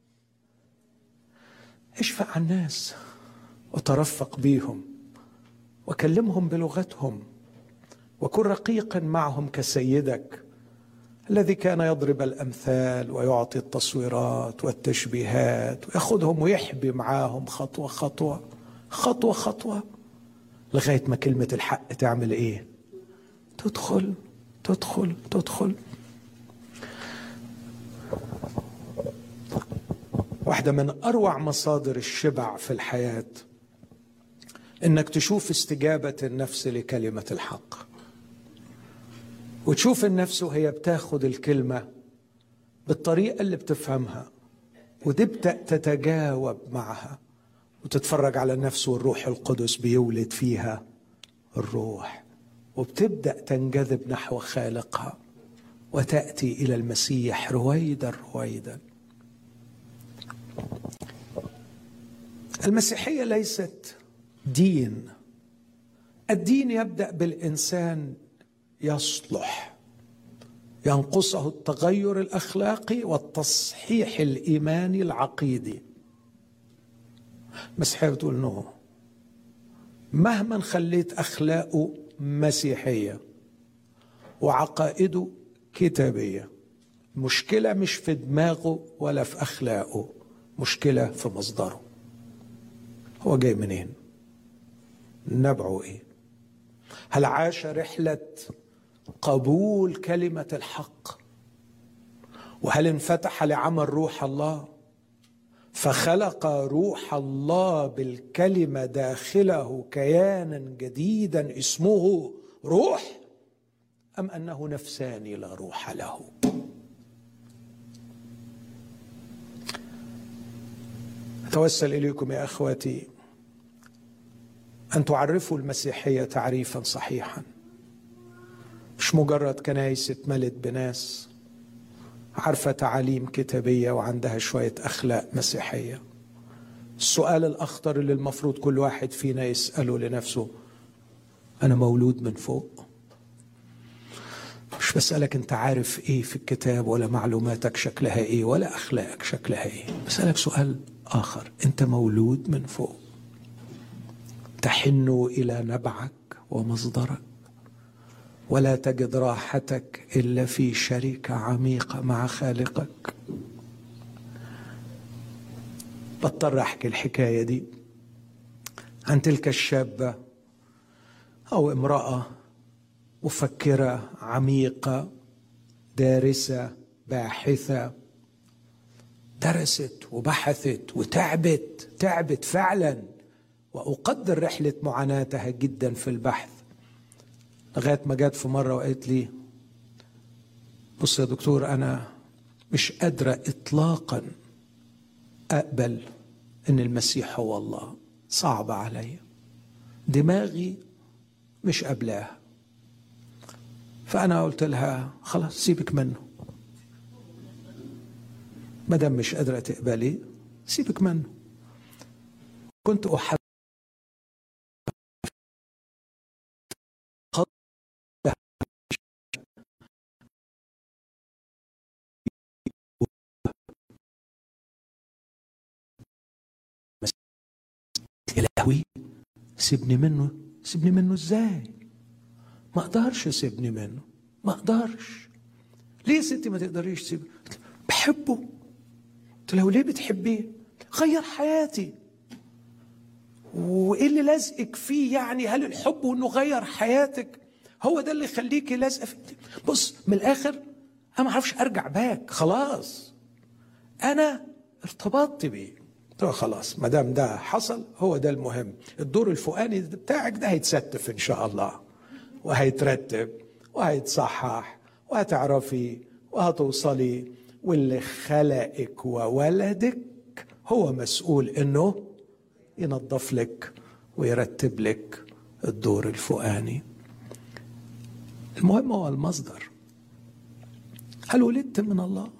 اشفق على الناس وترفق بيهم وكلمهم بلغتهم وكن رقيقا معهم كسيدك الذي كان يضرب الأمثال ويعطي التصويرات والتشبيهات ويأخذهم ويحبي معاهم خطوة خطوة خطوة خطوة لغاية ما كلمة الحق تعمل ايه؟ تدخل تدخل تدخل. واحدة من أروع مصادر الشبع في الحياة إنك تشوف استجابة النفس لكلمة الحق، وتشوف النفس وهي بتاخد الكلمة بالطريقة اللي بتفهمها وتبدأ تتجاوب معها، وتتفرج على النفس والروح القدس بيولد فيها الروح، وبتبدأ تنجذب نحو خالقها وتأتي إلى المسيح رويدا رويدا. المسيحية ليست دين. الدين يبدأ بالإنسان يصلح، ينقصه التغير الأخلاقي والتصحيح الإيماني العقيدي. المسيحية بتقول نو، مهما خليت أخلاقه مسيحية وعقائده كتابية، مشكلة مش في دماغه ولا في أخلاقه، مشكلة في مصدره. هو جاي منين؟ نبعه ايه؟ هل عاش رحلة قبول كلمة الحق؟ وهل انفتح لعمل روح الله فخلق روح الله بالكلمة داخله كيانا جديدا اسمه روح، أم أنه نفساني لا روح له؟ أتوسل إليكم يا أخواتي أن تعرفوا المسيحية تعريفا صحيحا، مش مجرد كنايس اتملت بناس عارفة تعاليم كتابية وعندها شوية أخلاق مسيحية. السؤال الأخطر اللي المفروض كل واحد فينا يسأله لنفسه، أنا مولود من فوق؟ مش بسألك أنت عارف إيه في الكتاب ولا معلوماتك شكلها إيه ولا أخلاقك شكلها إيه، بسألك سؤال آخر، أنت مولود من فوق؟ تحن إلى نبعك ومصدرك ولا تجد راحتك إلا في شركة عميقة مع خالقك. بضطر أحكي الحكاية دي عن تلك الشابة أو امرأة مفكرة عميقة دارسة باحثة، درست وبحثت وتعبت فعلا، وأقدر رحلة معاناتها جدا في البحث، لغاية ما جات في مرة وقالت لي بص يا دكتور أنا مش قادرة إطلاقا أقبل إن المسيح هو الله، صعب علي، دماغي مش قابلاها. فأنا قلت لها خلاص سيبك منه، ما دام مش قادرة تقبلي سيبك منه. كنت أحب إلهي سيبني منه. سيبني منه ازاي؟ ما اقدرش سيبني منه، ما اقدرش. ليه يا ستي ما تقدريش تسيبه؟ بحبه. قلت له ليه بتحبيه؟ غير حياتي. وايه اللي لازقك فيه يعني؟ هل الحب وانه غير حياتك هو ده اللي يخليكي لازقه فيه؟ بص من الاخر انا ما اعرفش ارجع باك، خلاص انا ارتبطت بيه. خلاص ما دام ده حصل هو ده المهم. الدور الفوقاني بتاعك ده هيتستف ان شاء الله، وهيترتب وهيتصحح وهتعرفي وهتوصلي، واللي خلقك وولدك هو مسؤول انه ينظف لك ويرتب لك الدور الفوقاني. المهم هو المصدر. هل ولدت من الله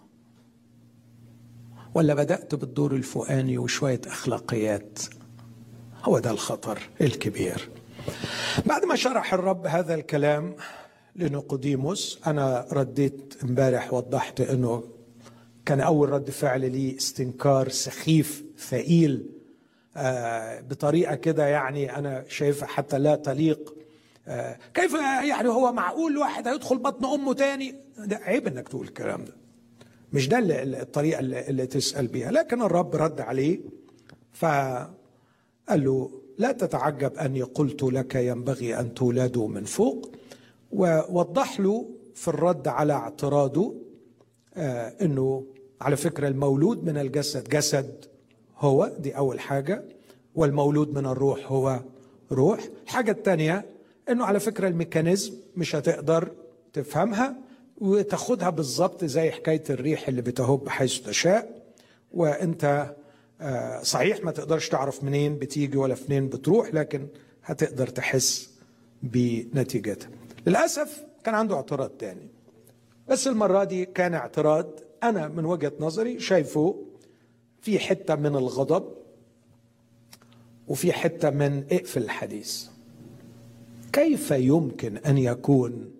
ولا بدأت بالدور الفوقاني وشوية أخلاقيات؟ هو ده الخطر الكبير. بعد ما شرح الرب هذا الكلام لنيقوديموس، أنا رديت امبارح وضحت أنه كان أول رد فعل لي استنكار سخيف ثقيل بطريقة كده يعني أنا شايفها حتى لا تليق. كيف يعني هو معقول واحد هيدخل بطن أمه تاني؟ ده عيب أنك تقول الكلام ده، مش ده الطريقة اللي تسأل بيها. لكن الرب رد عليه فقال له لا تتعجب أني قلت لك ينبغي أن تولدوا من فوق، ووضح له في الرد على اعتراضه أنه على فكرة المولود من الجسد جسد هو دي أول حاجة، والمولود من الروح هو روح. الحاجة الثانية أنه على فكرة الميكانيزم مش هتقدر تفهمها وتاخدها بالظبط زي حكاية الريح اللي بتهب حيث تشاء، وانت صحيح ما تقدرش تعرف منين بتيجي ولا منين بتروح، لكن هتقدر تحس بنتيجتها. للأسف كان عنده اعتراض تاني، بس المرة دي كان اعتراض أنا من وجهة نظري شايفه في حتة من الغضب وفي حتة من اقفل الحديث. كيف يمكن أن يكون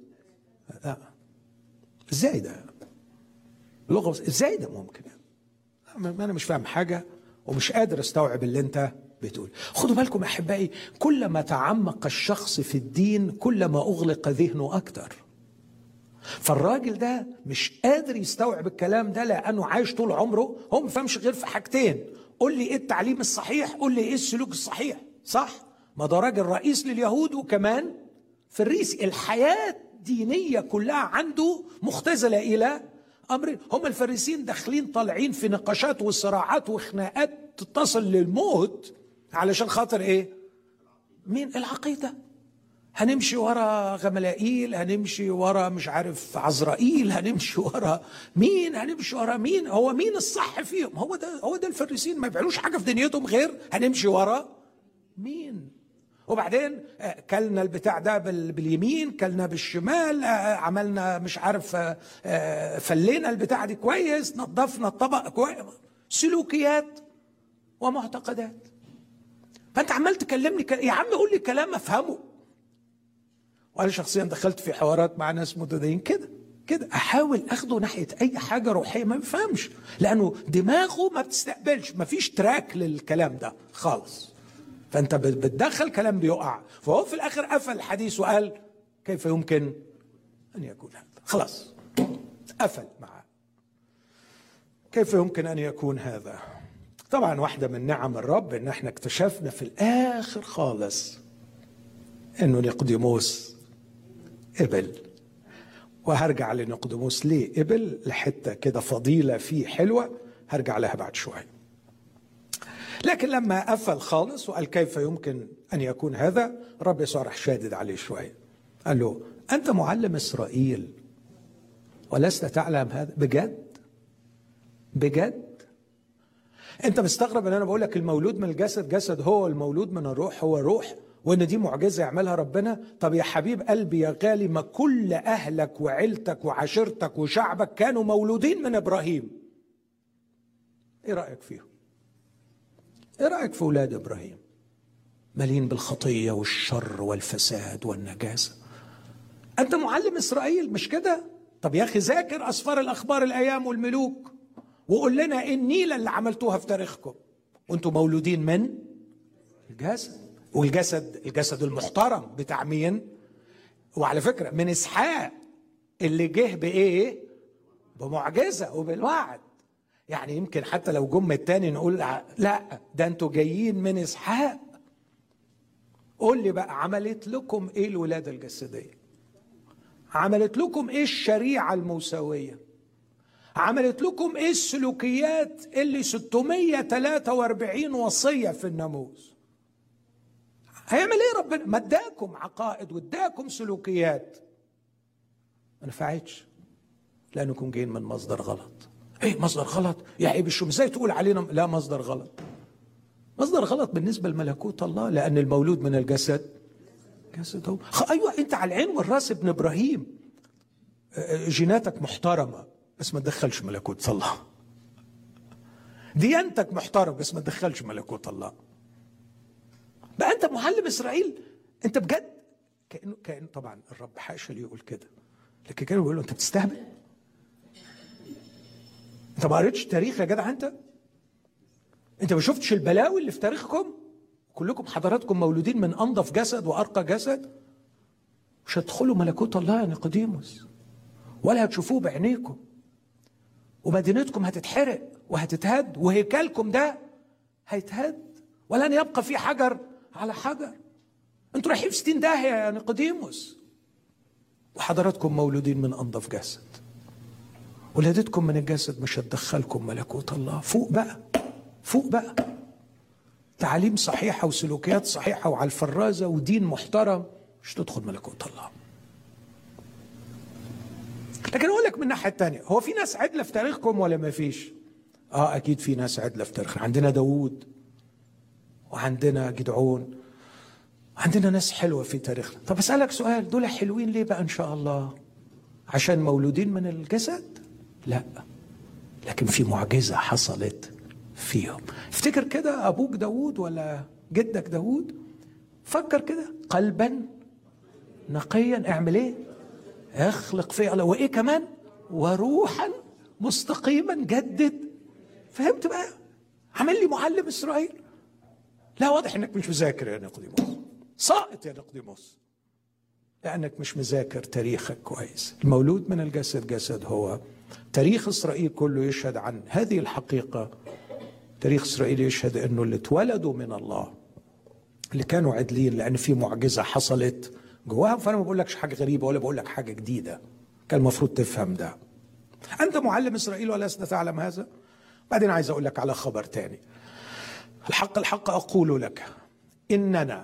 ازاي ده لغة؟ ازاي ده ممكن؟ انا مش فاهم حاجة ومش قادر استوعب اللي انت بتقول. خدوا بالكم احبائي، كلما تعمق الشخص في الدين كلما اغلق ذهنه اكتر. فالراجل ده مش قادر يستوعب الكلام ده لانه عايش طول عمره هو ما فهمش غير في حاجتين: قول لي ايه التعليم الصحيح، قول لي ايه السلوك الصحيح. صح؟ ما ده راجل رئيس لليهود وكمان فريسي. الحياة دينية كلها عنده مختزلة إلى أمرين. هم الفريسيين داخلين طالعين في نقاشات وصراعات وخناقات تتصل للموت علشان خاطر إيه؟ مين؟ العقيدة. هنمشي ورا غملائيل، هنمشي ورا مش عارف عزرائيل، هنمشي ورا مين؟ هنمشي ورا مين؟ هو مين الصح فيهم؟ هو ده الفريسيين، ما بيعملوش حاجة في دنيتهم غير هنمشي ورا مين؟ وبعدين كلنا البتاع ده باليمين، كلنا بالشمال، عملنا مش عارف فلينا البتاع دي كويس، نظفنا الطبق كويس. سلوكيات ومعتقدات. فانت عمال تكلمني يا عم قول لي كلام افهمه. وانا شخصيا دخلت في حوارات مع ناس متدينين كده احاول اخده ناحيه اي حاجه روحيه ما بيفهمش، لانه دماغه ما بتستقبلش، ما فيش تراك للكلام ده خالص. فأنت بتدخل كلام بيقع. فهو في الآخر قفل الحديث وقال كيف يمكن أن يكون هذا؟ خلاص قفل معه. كيف يمكن أن يكون هذا؟ طبعا واحدة من نعم الرب إن احنا اكتشفنا في الآخر خالص إنه نيقوديموس قبل. وهرجع لنيقوديموس ليه قبل لحتة كده فضيلة فيه حلوة، هرجع لها بعد شوية. لكن لما قفل خالص وقال كيف يمكن أن يكون هذا، رب يسوع راح شادد عليه شوية، قال له أنت معلم إسرائيل ولست تعلم هذا؟ بجد أنت مستغرب أن أنا بقول لك المولود من الجسد جسد هو، المولود من الروح هو روح، وإن دي معجزة يعملها ربنا. طب يا حبيب قلبي يا غالي، ما كل أهلك وعيلتك وعشيرتك وشعبك كانوا مولودين من إبراهيم. إيه رأيك فيهم؟ إيه رأيك في أولاد إبراهيم؟ مليين بالخطية والشر والفساد والنجاسة. أنت معلم إسرائيل مش كده؟ طب يا أخي ذاكر أسفار الأخبار الأيام والملوك وقول لنا إيه النيلة اللي عملتوها في تاريخكم وأنتم مولودين من الجسد. والجسد المحترم بتاع مين؟ وعلى فكرة من إسحاق اللي جه بإيه؟ بمعجزة وبالوعد. يعني يمكن حتى لو جم التاني نقول لا، ده أنتوا جايين من إسحاق. قول لي بقى، عملت لكم إيه الولادة الجسدية؟ عملت لكم إيه الشريعة الموسوية؟ عملت لكم إيه السلوكيات اللي 643 وصية في الناموس؟ هيعمل ايه ربنا؟ ما اداكم عقائد واداكم سلوكيات ما نفعتش، لانكم جايين من مصدر غلط. ايه مصدر غلط؟ يا عيب الشوم، ازاي تقول علينا؟ لا، مصدر غلط. مصدر غلط بالنسبه لملكوت الله، لان المولود من الجسد جسد هو. ايوه، انت على العين والراس ابن ابراهيم، جيناتك محترمه بس ما تدخلش ملكوت الله. ديانتك محترمه بس ما تدخلش ملكوت الله. بقى انت معلم اسرائيل، انت بجد كأنه طبعا الرب حاشا لي يقول كده، لكن كانوا بيقولوا انت بتستهبل؟ انت ما قريتش تاريخ يا جدع؟ انت ما شفتش البلاوي اللي في تاريخكم؟ كلكم حضراتكم مولودين من انظف جسد وارقى جسد. مش هتدخلوا ملكوت الله يا نيقوديموس، ولا هتشوفوه بعينيكم، ومدينتكم هتتحرق وهتتهد، وهيكلكم ده هيتهد، ولن يبقى فيه حجر على حجر. انتوا رايحين في 60 داهية يا نيقوديموس، وحضراتكم مولودين من انظف جسد. ولادتكم من الجسد مش هتدخلكم ملكوت الله. فوق بقى، فوق بقى. تعاليم صحيحة وسلوكيات صحيحة وعلى الفرازة ودين محترم مش تدخل ملكوت الله. لكن اقول لك من الناحية التانية، هو في ناس عدلة في تاريخكم ولا ما فيش؟ اكيد في ناس عدلة في تاريخنا. عندنا داوود وعندنا جدعون، عندنا ناس حلوة في تاريخنا. طب أسألك سؤال، دول حلوين ليه بقى إن شاء الله؟ عشان مولودين من الجسد؟ لا، لكن في معجزة حصلت فيهم. افتكر كده أبوك داوود ولا جدك داوود، فكر كده، قلبا نقيا اعمل ايه؟ اخلق فيه الله، وايه كمان؟ وروحا مستقيما جدد. فهمت بقى؟ عمل لي معلم إسرائيل. لا، واضح انك مش مذاكر يا نيقوديموس، ساقط يا نيقوديموس، لانك مش مذاكر تاريخك كويس. المولود من الجسد جسد هو. تاريخ اسرائيل كله يشهد عن هذه الحقيقه. تاريخ اسرائيل يشهد انه اللي اتولدوا من الله، اللي كانوا عدلين، لان في معجزه حصلت جواهم. فانا ما بقولكش حاجه غريبه ولا بقول لك حاجه جديده، كان المفروض تفهم ده. انت معلم اسرائيل ولست تعلم هذا؟ بعدين عايز اقول لك على خبر تاني. الحق أقول لك إننا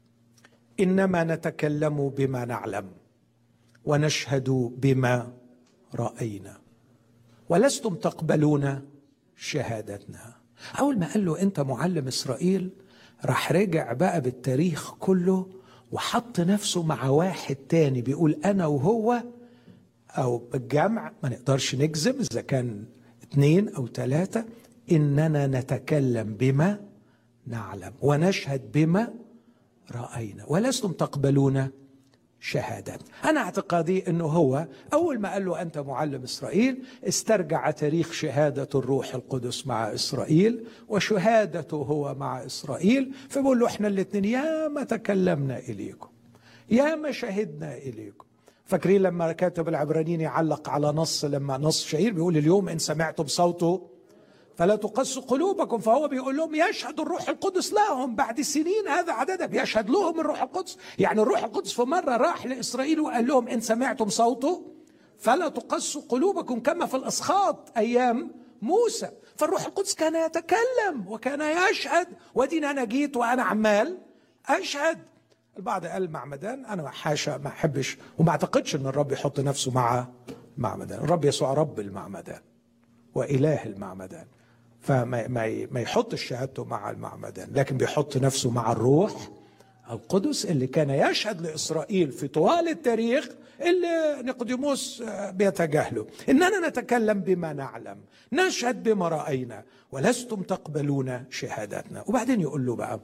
إنما نتكلم بما نعلم ونشهد بما رأينا ولستم تقبلون شهادتنا. أول ما قال له أنت معلم إسرائيل، راح رجع بقى بالتاريخ كله وحط نفسه مع واحد تاني بيقول أنا وهو، أو بالجمع ما نقدرش نجزم إذا كان 2 أو 3. إننا نتكلم بما نعلم ونشهد بما رأينا ولستم تقبلون شهادات. أنا اعتقادي أنه هو أول ما قال له أنت معلم إسرائيل، استرجع تاريخ شهادة الروح القدس مع إسرائيل وشهادته هو مع إسرائيل، فبقول له إحنا الاثنين يا ما تكلمنا إليكم، يا ما شهدنا إليكم. فاكرين لما كاتب العبرانيين يعلق على نص، لما نص شهير بيقول اليوم إن سمعتم صوته فلا تقسوا قلوبكم، فهو بيقول لهم يشهد الروح القدس لهم بعد سنين، هذا عددها بيشهد لهم الروح القدس. يعني الروح القدس في مرة راح لإسرائيل وقال لهم إن سمعتم صوته فلا تقسوا قلوبكم كما في الأسخاط أيام موسى. فالروح القدس كان يتكلم وكان يشهد، ودينا أنا جيت وأنا عمال أشهد. البعض قال معمدان، أنا حاشا ما أحبش وما أعتقدش أن الرب يحط نفسه مع معمدان. الرب يسوع رب المعمدان وإله المعمدان، فما يحطش شهادته مع المعمدان، لكن بيحط نفسه مع الروح القدس اللي كان يشهد لإسرائيل في طوال التاريخ اللي نيقوديموس بيتجاهله، إننا نتكلم بما نعلم، نشهد بما رأينا، ولستم تقبلون شهادتنا. وبعدين يقول له بقى: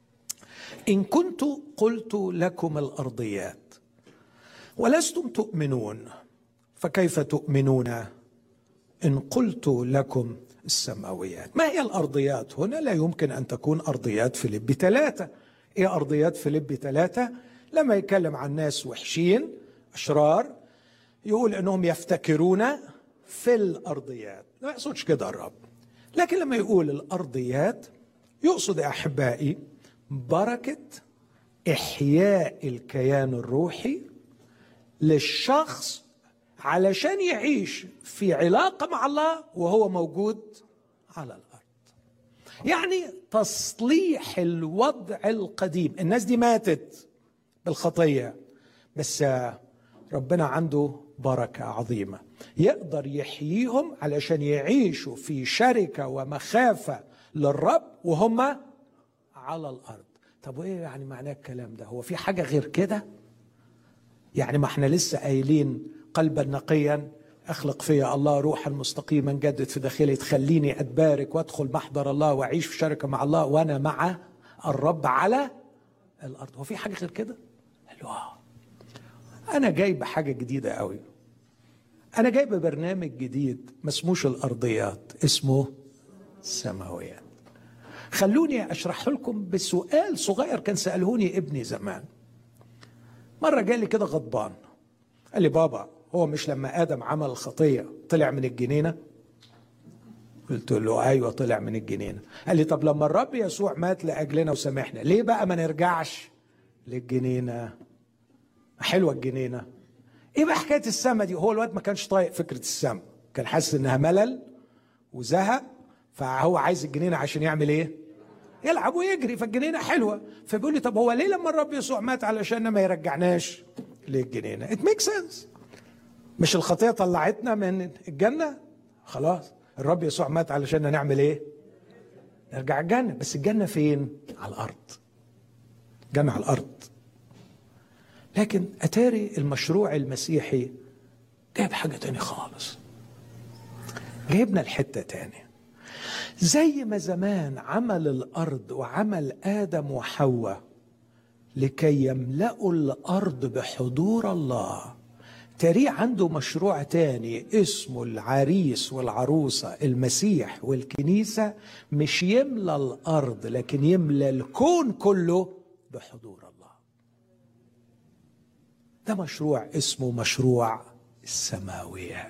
إن كنت قلت لكم الأرضيات ولستم تؤمنون، فكيف تؤمنون إن قلت لكم السماويات؟ ما هي الأرضيات هنا؟ لا يمكن أن تكون أرضيات فيليبي 3. إيه أرضيات فيليبي 3؟ لما يتكلم عن ناس وحشين أشرار يقول أنهم يفتكرون في الأرضيات، ما يقصدش كده الرب. لكن لما يقول الأرضيات يقصد يا أحبائي بركة إحياء الكيان الروحي للشخص علشان يعيش في علاقة مع الله وهو موجود على الأرض. يعني تصليح الوضع القديم. الناس دي ماتت بالخطية، بس ربنا عنده بركة عظيمة يقدر يحييهم علشان يعيشوا في شركة ومخافة للرب وهم على الأرض. طب وإيه يعني معناه الكلام ده؟ هو في حاجة غير كده؟ يعني ما احنا لسه قايلين قلبا نقيا اخلق فيا الله روحا مستقيما جدد في داخلي تخليني اتبارك وادخل محضر الله واعيش في شركه مع الله وانا مع الرب على الارض. هو في حاجه غير كده؟ قال له انا جايب حاجه جديده قوي. انا جايب برنامج جديد ما اسموش الارضيات، اسمه السماويات. خلوني اشرح لكم بسؤال صغير كان سالهوني ابني زمان. مره جالي كده غضبان قال لي: بابا، هو مش لما آدم عمل الخطية طلع من الجنينة؟ قلت له: أيوة طلع من الجنينة. قال لي: طب لما الرب يسوع مات لأجلنا وسامحنا، ليه بقى ما نرجعش للجنينة؟ حلوة الجنينة. إيه بقى حكاية السما دي؟ هو الواد ما كانش طايق فكرة السما، كان حاسس إنها ملل وزهق، فهو عايز الجنينة عشان يعمل إيه؟ يلعب ويجري، فالجنينة حلوة. فبيقول لي: طب هو ليه لما الرب يسوع مات علشان ما يرجعناش للجنينة؟ It makes sense. مش الخطية طلعتنا من الجنة؟ خلاص الرب يسوع مات علشان نعمل ايه؟ نرجع الجنة. بس الجنة فين؟ على الأرض. جنة على الأرض. لكن أتاري المشروع المسيحي جايب حاجة تاني خالص، جايبنا الحتة تاني. زي ما زمان عمل الأرض وعمل آدم وحواء لكي يملأوا الأرض بحضور الله، تاريخ عنده مشروع تاني اسمه العريس والعروسة المسيح والكنيسة، مش يملى الأرض لكن يملى الكون كله بحضور الله. ده مشروع اسمه مشروع السماويات.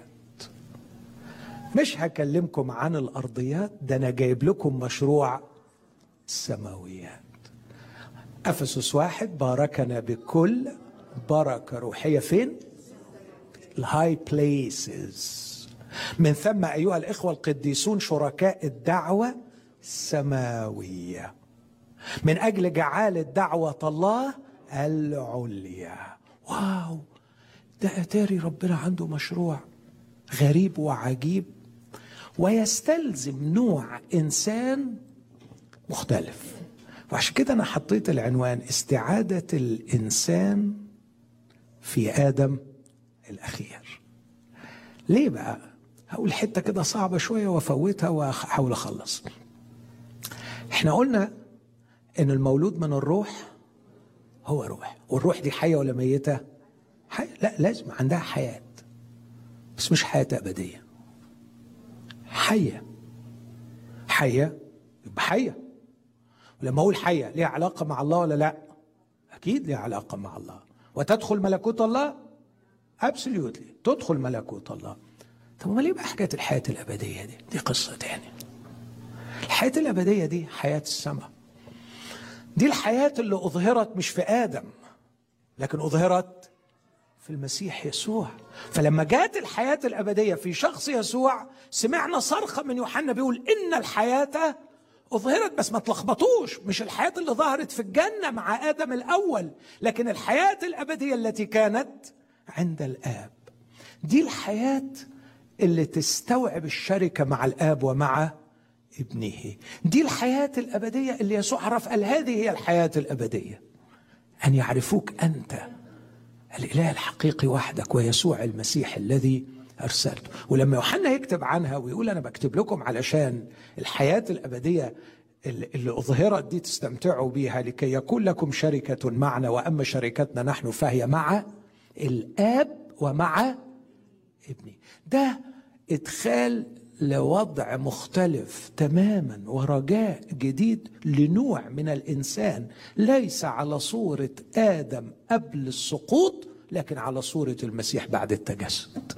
مش هكلمكم عن الأرضيات، ده أنا جايب لكم مشروع السماويات. أفسس 1: باركنا بكل بركة روحية فين؟ الهاي بليسز. من ثم أيها الإخوة القديسون شركاء الدعوة السماوية من أجل جعالة دعوة الله العليا. واو، ده أتاري ربنا عنده مشروع غريب وعجيب ويستلزم نوع إنسان مختلف. وعشان كده أنا حطيت العنوان استعادة الإنسان في آدم الأخير. ليه بقى؟ هقول حتة كده صعبة شوية وافوتها وأحاول أخلص. احنا قلنا إن المولود من الروح هو روح، والروح دي حية ولا ميتة؟ حية. لا، لازم عندها حياة، بس مش حياة أبدية. حية. حية يبقى حية. ولما أقول حية ليها علاقة مع الله ولا لا؟ أكيد ليها علاقة مع الله. وتدخل ملكوت الله؟ أبسوليوتلي تدخل ملكوت الله. طب ما ليه بقى حكاية الحياة الأبدية دي؟ دي قصة تاني. الحياة الأبدية دي حياة السماء. دي الحياة اللي أظهرت مش في آدم، لكن أظهرت في المسيح يسوع. فلما جاءت الحياة الأبدية في شخص يسوع، سمعنا صرخة من يوحنا بيقول إن الحياة أظهرت. بس ما تلخبطوش، مش الحياة اللي ظهرت في الجنة مع آدم الأول، لكن الحياة الأبدية التي كانت عند الآب. دي الحياة اللي تستوعب الشركة مع الآب ومع ابنه. دي الحياة الأبدية اللي يسوع عرف قال هذه هي الحياة الأبدية، أن يعرفوك أنت الإله الحقيقي وحدك ويسوع المسيح الذي أرسلته. ولما يوحنا يكتب عنها ويقول أنا بكتب لكم علشان الحياة الأبدية اللي أظهرت دي تستمتعوا بيها لكي يكون لكم شركة معنا، وأما شركتنا نحن فهي مع الآب ومع ابني. ده إدخال لوضع مختلف تماما ورجاء جديد لنوع من الإنسان ليس على صورة آدم قبل السقوط، لكن على صورة المسيح بعد التجسد.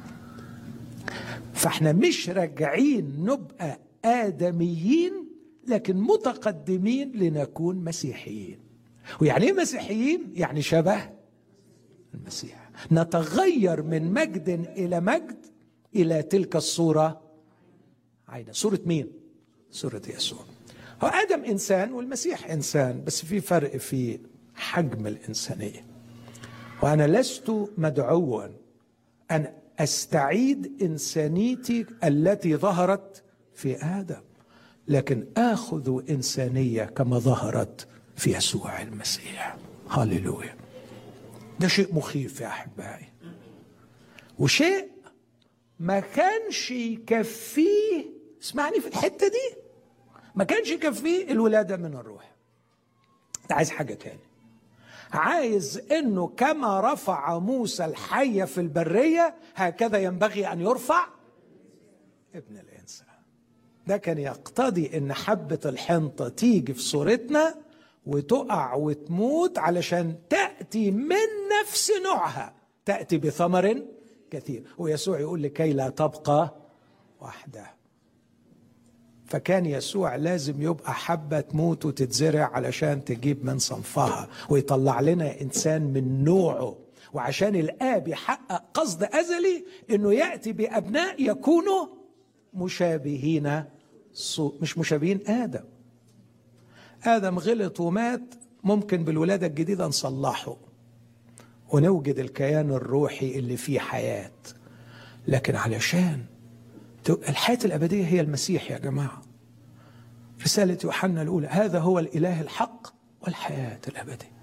فاحنا مش راجعين نبقى آدميين، لكن متقدمين لنكون مسيحيين. ويعني ايه مسيحيين؟ يعني شبه المسيح، نتغير من مجد إلى مجد إلى تلك الصورة عينة. صورة مين؟ صورة يسوع. هو آدم إنسان والمسيح إنسان، بس في فرق في حجم الإنسانية. وأنا لست مدعوا أن أستعيد إنسانيتي التي ظهرت في آدم، لكن آخذ إنسانية كما ظهرت في يسوع المسيح. هاليلويا. ده شيء مخيف يا أحبائي، وشيء ما كانش يكفيه. اسمعني في الحتة دي، ما كانش يكفيه الولادة من الروح. ده عايز حاجة تاني، عايز انه كما رفع موسى الحية في البرية هكذا ينبغي ان يرفع ابن الانسان. ده كان يقتضي ان حبة الحنطة تيجي في صورتنا وتقع وتموت علشان تأتي من نفس نوعها، تأتي بثمر كثير. ويسوع يقول لكي لا تبقى وحدها. فكان يسوع لازم يبقى حبة تموت وتتزرع علشان تجيب من صنفها ويطلع لنا إنسان من نوعه. وعشان الآب يحقق قصد أزلي إنه يأتي بأبناء يكونوا مشابهين، مش مشابهين آدم. آدم غلط ومات، ممكن بالولادة الجديدة نصلحه ونوجد الكيان الروحي اللي فيه حياة. لكن علشان الحياة الأبدية هي المسيح يا جماعة. رسالة يوحنا الأولى: هذا هو الإله الحق والحياة الأبدية.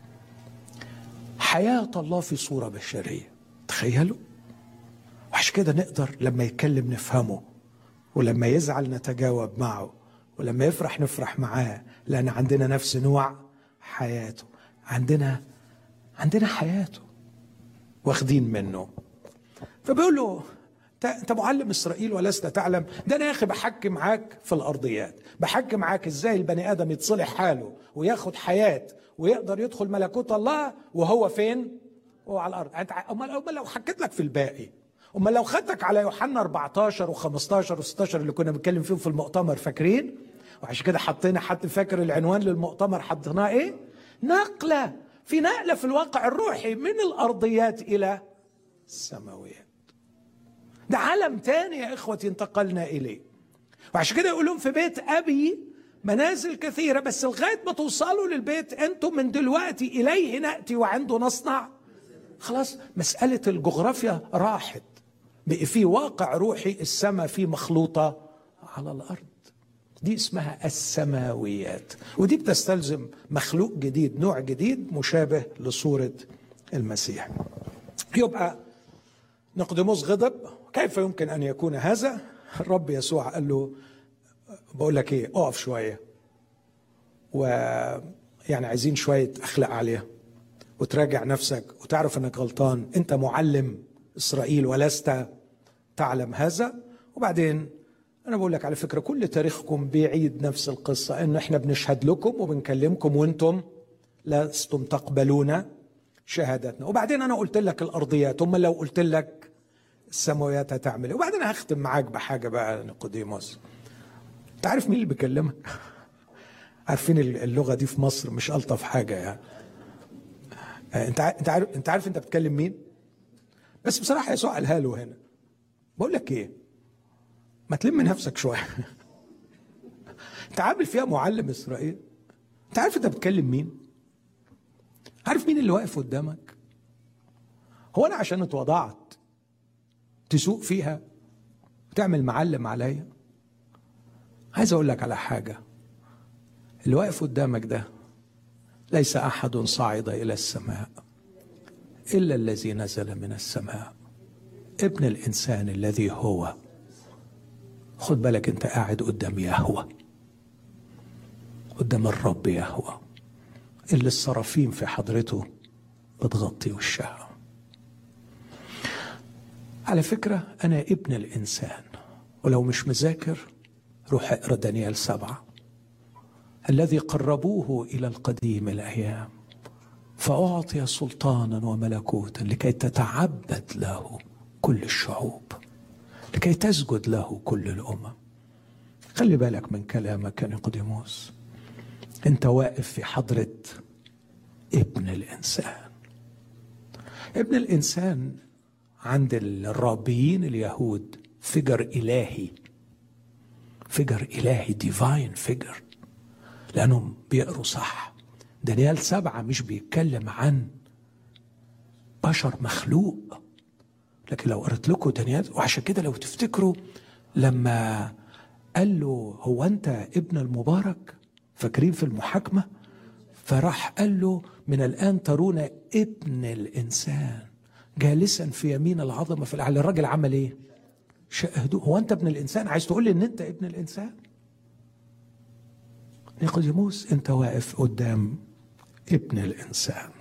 حياة الله في صورة بشرية، تخيلوا. وعشان كده نقدر لما يتكلم نفهمه، ولما يزعل نتجاوب معه، ولما يفرح نفرح معاه، لأن عندنا نفس نوع حياته. عندنا حياته واخدين منه. فبيقول له انت معلم اسرائيل ولست تعلم؟ ده انا يا اخي بحكي معاك في الارضيات، بحكي معاك ازاي البني ادم يتصلح حاله وياخد حياه ويقدر يدخل ملكوت الله وهو فين؟ وهو على الارض. امال لو حكيت لك في الباقي، امال لو خدتك على يوحنا 14 و15 و16 اللي كنا بنتكلم فيهم في المؤتمر، فاكرين؟ وعشان كده حطينا، حد فاكر العنوان للمؤتمر حطيناه ايه؟ نقله في الواقع الروحي من الارضيات الى السماويات. ده عالم تاني يا اخوتي انتقلنا اليه. وعشان كده يقولون في بيت ابي منازل كثيره، بس لغايه ما توصلوا للبيت انتم من دلوقتي اليه ناتي وعنده نصنع. خلاص مساله الجغرافيا راحت، بقى في واقع روحي، السماء فيه مخلوطه على الارض. دي اسمها السماويات، ودي بتستلزم مخلوق جديد، نوع جديد مشابه لصوره المسيح. يبقى نقدموس غضب. كيف يمكن أن يكون هذا؟ الرب يسوع قال له بقول لك ايه، اقف شوية، ويعني عايزين شوية أخلاق عليها وتراجع نفسك وتعرف أنك غلطان. أنت معلم إسرائيل ولست تعلم هذا. وبعدين أنا بقول لك على فكرة كل تاريخكم بيعيد نفس القصة، إن إحنا بنشهد لكم وبنكلمكم وأنتم لستم تقبلون شهادتنا. وبعدين أنا قلت لك الأرضيات، ثم لو قلت لك السماويات هتعمل. وبعدين هختم معاك بحاجة بقى نيقوديموس. أنت عارف مين اللي بيكلمك؟ عارفين اللغة دي في مصر مش ألطف حاجة يعني. أنت عارف أنت بتكلم مين؟ بس بصراحة يسوع قالها له هنا. بقول لك إيه، ما تلم نفسك شوية. أنت عامل فيها معلم إسرائيل. أنت عارف أنت بتكلم مين؟ عارف مين اللي واقف قدامك؟ هو أنا عشان اتوضعت تسوق فيها وتعمل معلم عليا؟ عايز أقول لك على حاجة، اللي واقف قدامك ده ليس أحد صعد إلى السماء إلا الذي نزل من السماء، ابن الإنسان الذي هو. خد بالك أنت قاعد قدام يهوه، قدام الرب يهوه اللي الصرافين في حضرته بتغطي وشها. على فكرة أنا ابن الإنسان، ولو مش مذاكر روح اقرأ دانيال 7. الذي قربوه إلى القديم الأيام فأعطي سلطانا وملكوتا لكي تتعبد له كل الشعوب، لكي تسجد له كل الأمم. خلي بالك من كلامك يا نيقوديموس، أنت واقف في حضرة ابن الإنسان. ابن الإنسان عند الرابيين اليهود فيجر إلهي، فيجر إلهي، ديفاين فيجر، لأنهم بيقروا صح. دانيال 7 مش بيتكلم عن بشر مخلوق، لكن لو قرأت لكم دانيال، وعشان كده لو تفتكروا لما قال له هو أنت ابن المبارك، فاكرين في المحاكمة، فراح قال له من الآن ترون ابن الإنسان جالسا في يمين العظمة في الأعلى. الراجل عمل إيه؟ شاهدوه. هو أنت ابن الإنسان؟ عايز تقول لي إن أنت ابن الإنسان؟ نيقوديموس أنت واقف قدام ابن الإنسان.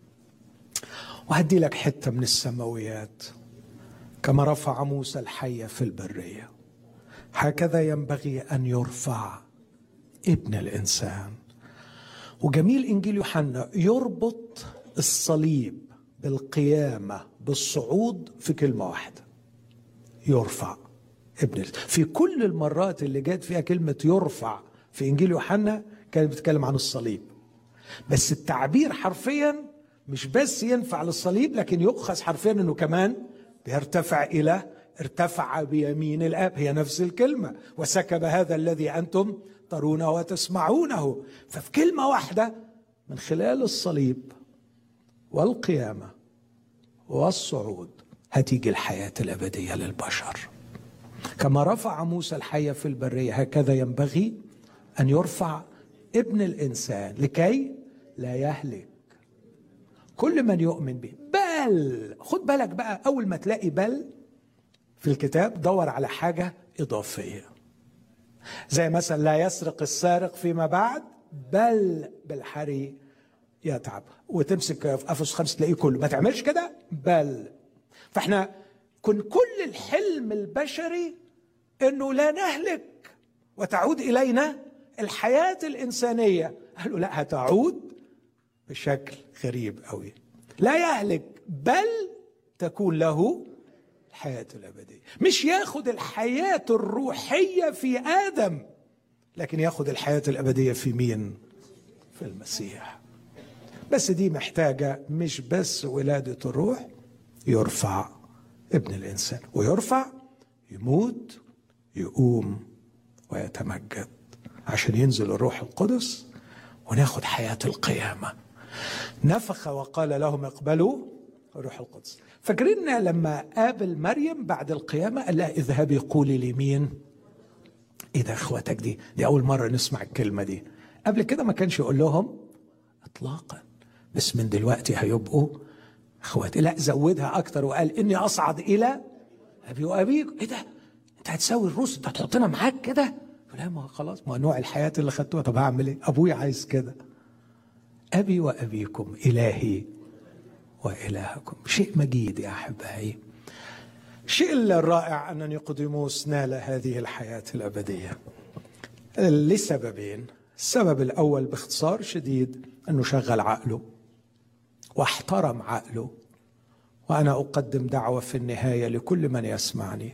وهدي لك حتة من السماويات. كما رفع موسى الحية في البرية هكذا ينبغي أن يرفع ابن الإنسان. وجميل إنجيل يوحنا يربط الصليب بالقيامة بالصعود في كلمة واحدة، يرفع ابن الإنسان. في كل المرات اللي جات فيها كلمة يرفع في إنجيل يوحنا كانت بتتكلم عن الصليب، بس التعبير حرفيا مش بس ينفع للصليب، لكن يؤخذ حرفيا انه كمان بيرتفع الى ارتفع بيمين الاب، هي نفس الكلمه، وسكب هذا الذي انتم ترونه وتسمعونه. ففي كلمه واحده من خلال الصليب والقيامه والصعود هتيجي الحياه الابديه للبشر. كما رفع موسى الحية في البرية هكذا ينبغي أن يرفع ابن الإنسان لكي لا يهلك كل من يؤمن به، بل خد بالك بقى، أول ما تلاقي بل في الكتاب دور على حاجة إضافية، زي مثلا لا يسرق السارق فيما بعد بل بالحري يتعب. وتمسك في أفسس 5 تلاقيه كله ما تعملش كده بل. فاحنا كل الحلم البشري انه لا نهلك وتعود الينا الحياة الإنسانية. قالوا لا، هتعود بشكل غريب قوي، لا يهلك بل تكون له الحياة الأبدية. مش ياخد الحياة الروحية في آدم، لكن ياخد الحياة الأبدية في مين؟ في المسيح. بس دي محتاجة مش بس ولادة الروح، يرفع ابن الإنسان، ويرفع يموت يقوم ويتمجد عشان ينزل الروح القدس وناخد حياة القيامة. نفخ وقال لهم اقبلوا الروح القدس. فاكرين لما قابل مريم بعد القيامة قال لها اذهبي قولي لمين؟ ايه ده اخواتك؟ دي اول مرة نسمع الكلمة دي. قبل كده ما كانش يقول لهم اطلاقا، بس من دلوقتي هيبقوا اخواتي. لا، زودها اكتر وقال اني اصعد الى ابي وابيكم. ايه ده؟ انت هتساوي الرسل؟ انت هتحطنا معاك كده؟ لا، ما خلاص، ما نوع الحياة اللي خدتوها. طب هعمل ايه؟ ابويا عايز كده. ابي وابيكم الهي والهكم. شيء مجيد يا احبائي. الشيء الرائع ان نيقوديموس نال هذه الحياة الابدية لسببين. السبب الاول باختصار شديد انه شغل عقله واحترم عقله. وانا اقدم دعوة في النهاية لكل من يسمعني،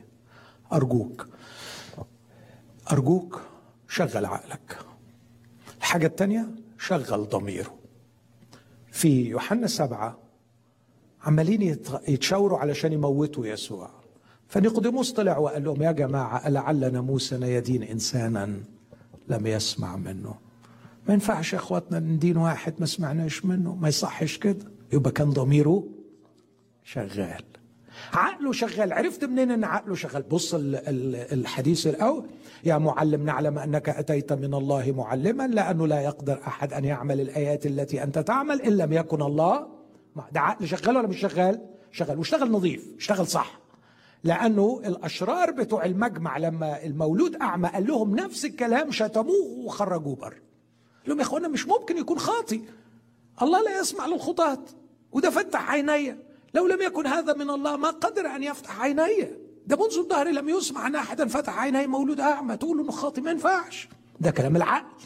أرجوك شغل عقلك. الحاجة التانية شغل ضميره. في يوحنا 7 عمالين يتشاوروا علشان يموتوا يسوع، فنيقوديموس طلع وقال لهم يا جماعة ألعل ناموسنا يدين إنسانا لم يسمع منه؟ ما ينفعش يا اخواتنا ندين واحد ما سمعناش منه، ما يصحش كده. يبقى كان ضميره شغال. عقله شغال. عرفت منين ان عقله شغال؟ بص الحديث الاول: يا معلم نعلم انك اتيت من الله معلما، لانه لا يقدر احد ان يعمل الايات التي انت تعمل ان لم يكن الله. ده عقل شغال ولا مش شغال؟ شغال، واشتغل نظيف، اشتغل صح. لانه الاشرار بتوع المجمع لما المولود اعمى قال لهم نفس الكلام شتموه وخرجوه بره. قال لهم: يا اخوانا مش ممكن يكون خاطي، الله لا يسمع للخطاة، وده فتح عيني. لو لم يكن هذا من الله ما قدر ان يفتح عيني. ده منذ الظهر لم يسمع ان احدا فتح عيني مولود اعمى، تقولوا انه خاطي؟ ما ينفعش، ده كلام العقل.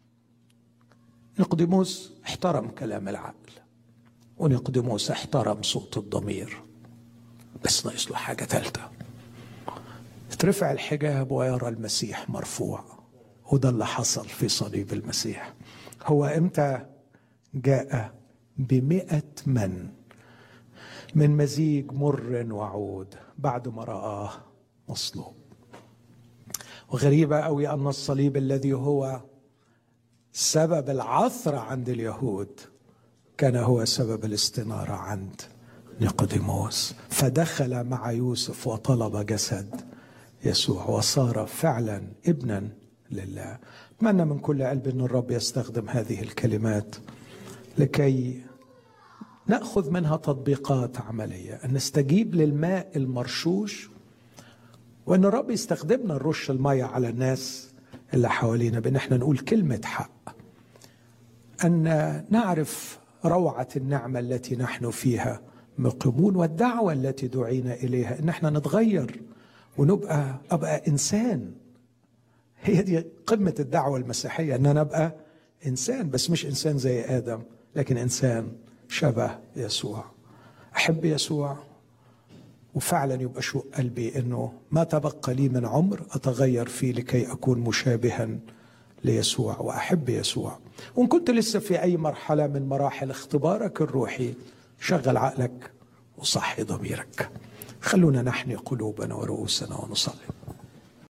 نيقوديموس احترم كلام العقل، ونيقوديموس احترم صوت الضمير، بس ناقص له حاجه ثالثه: اترفع الحجاب ويرى المسيح مرفوع. وده اللي حصل في صليب المسيح. هو امتى جاء؟ ب100 من مزيج مر وعود بعد ما رآه مصلوب. وغريبة قوي أن الصليب الذي هو سبب العثرة عند اليهود كان هو سبب الاستنارة عند نيقوديموس، فدخل مع يوسف وطلب جسد يسوع وصار فعلا ابنا لله. أتمنى من كل قلب أن الرب يستخدم هذه الكلمات لكي نأخذ منها تطبيقات عملية، أن نستجيب للماء المرشوش، وأن الرب يستخدمنا نرش المية على الناس اللي حوالينا، بأن احنا نقول كلمة حق، أن نعرف روعة النعمة التي نحن فيها مقيمون، والدعوة التي دعينا إليها أن احنا نتغير أبقى إنسان. هي دي قمة الدعوة المسيحية، أن أنا أبقى إنسان، بس مش إنسان زي آدم، لكن إنسان شبه يسوع. أحب يسوع، وفعلا يبقى شوق قلبي أنه ما تبقى لي من عمر أتغير فيه لكي أكون مشابها ليسوع وأحب يسوع. وإن كنت لسه في أي مرحلة من مراحل اختبارك الروحي، شغل عقلك وصحي ضميرك. خلونا نحني قلوبنا ورؤوسنا ونصلي.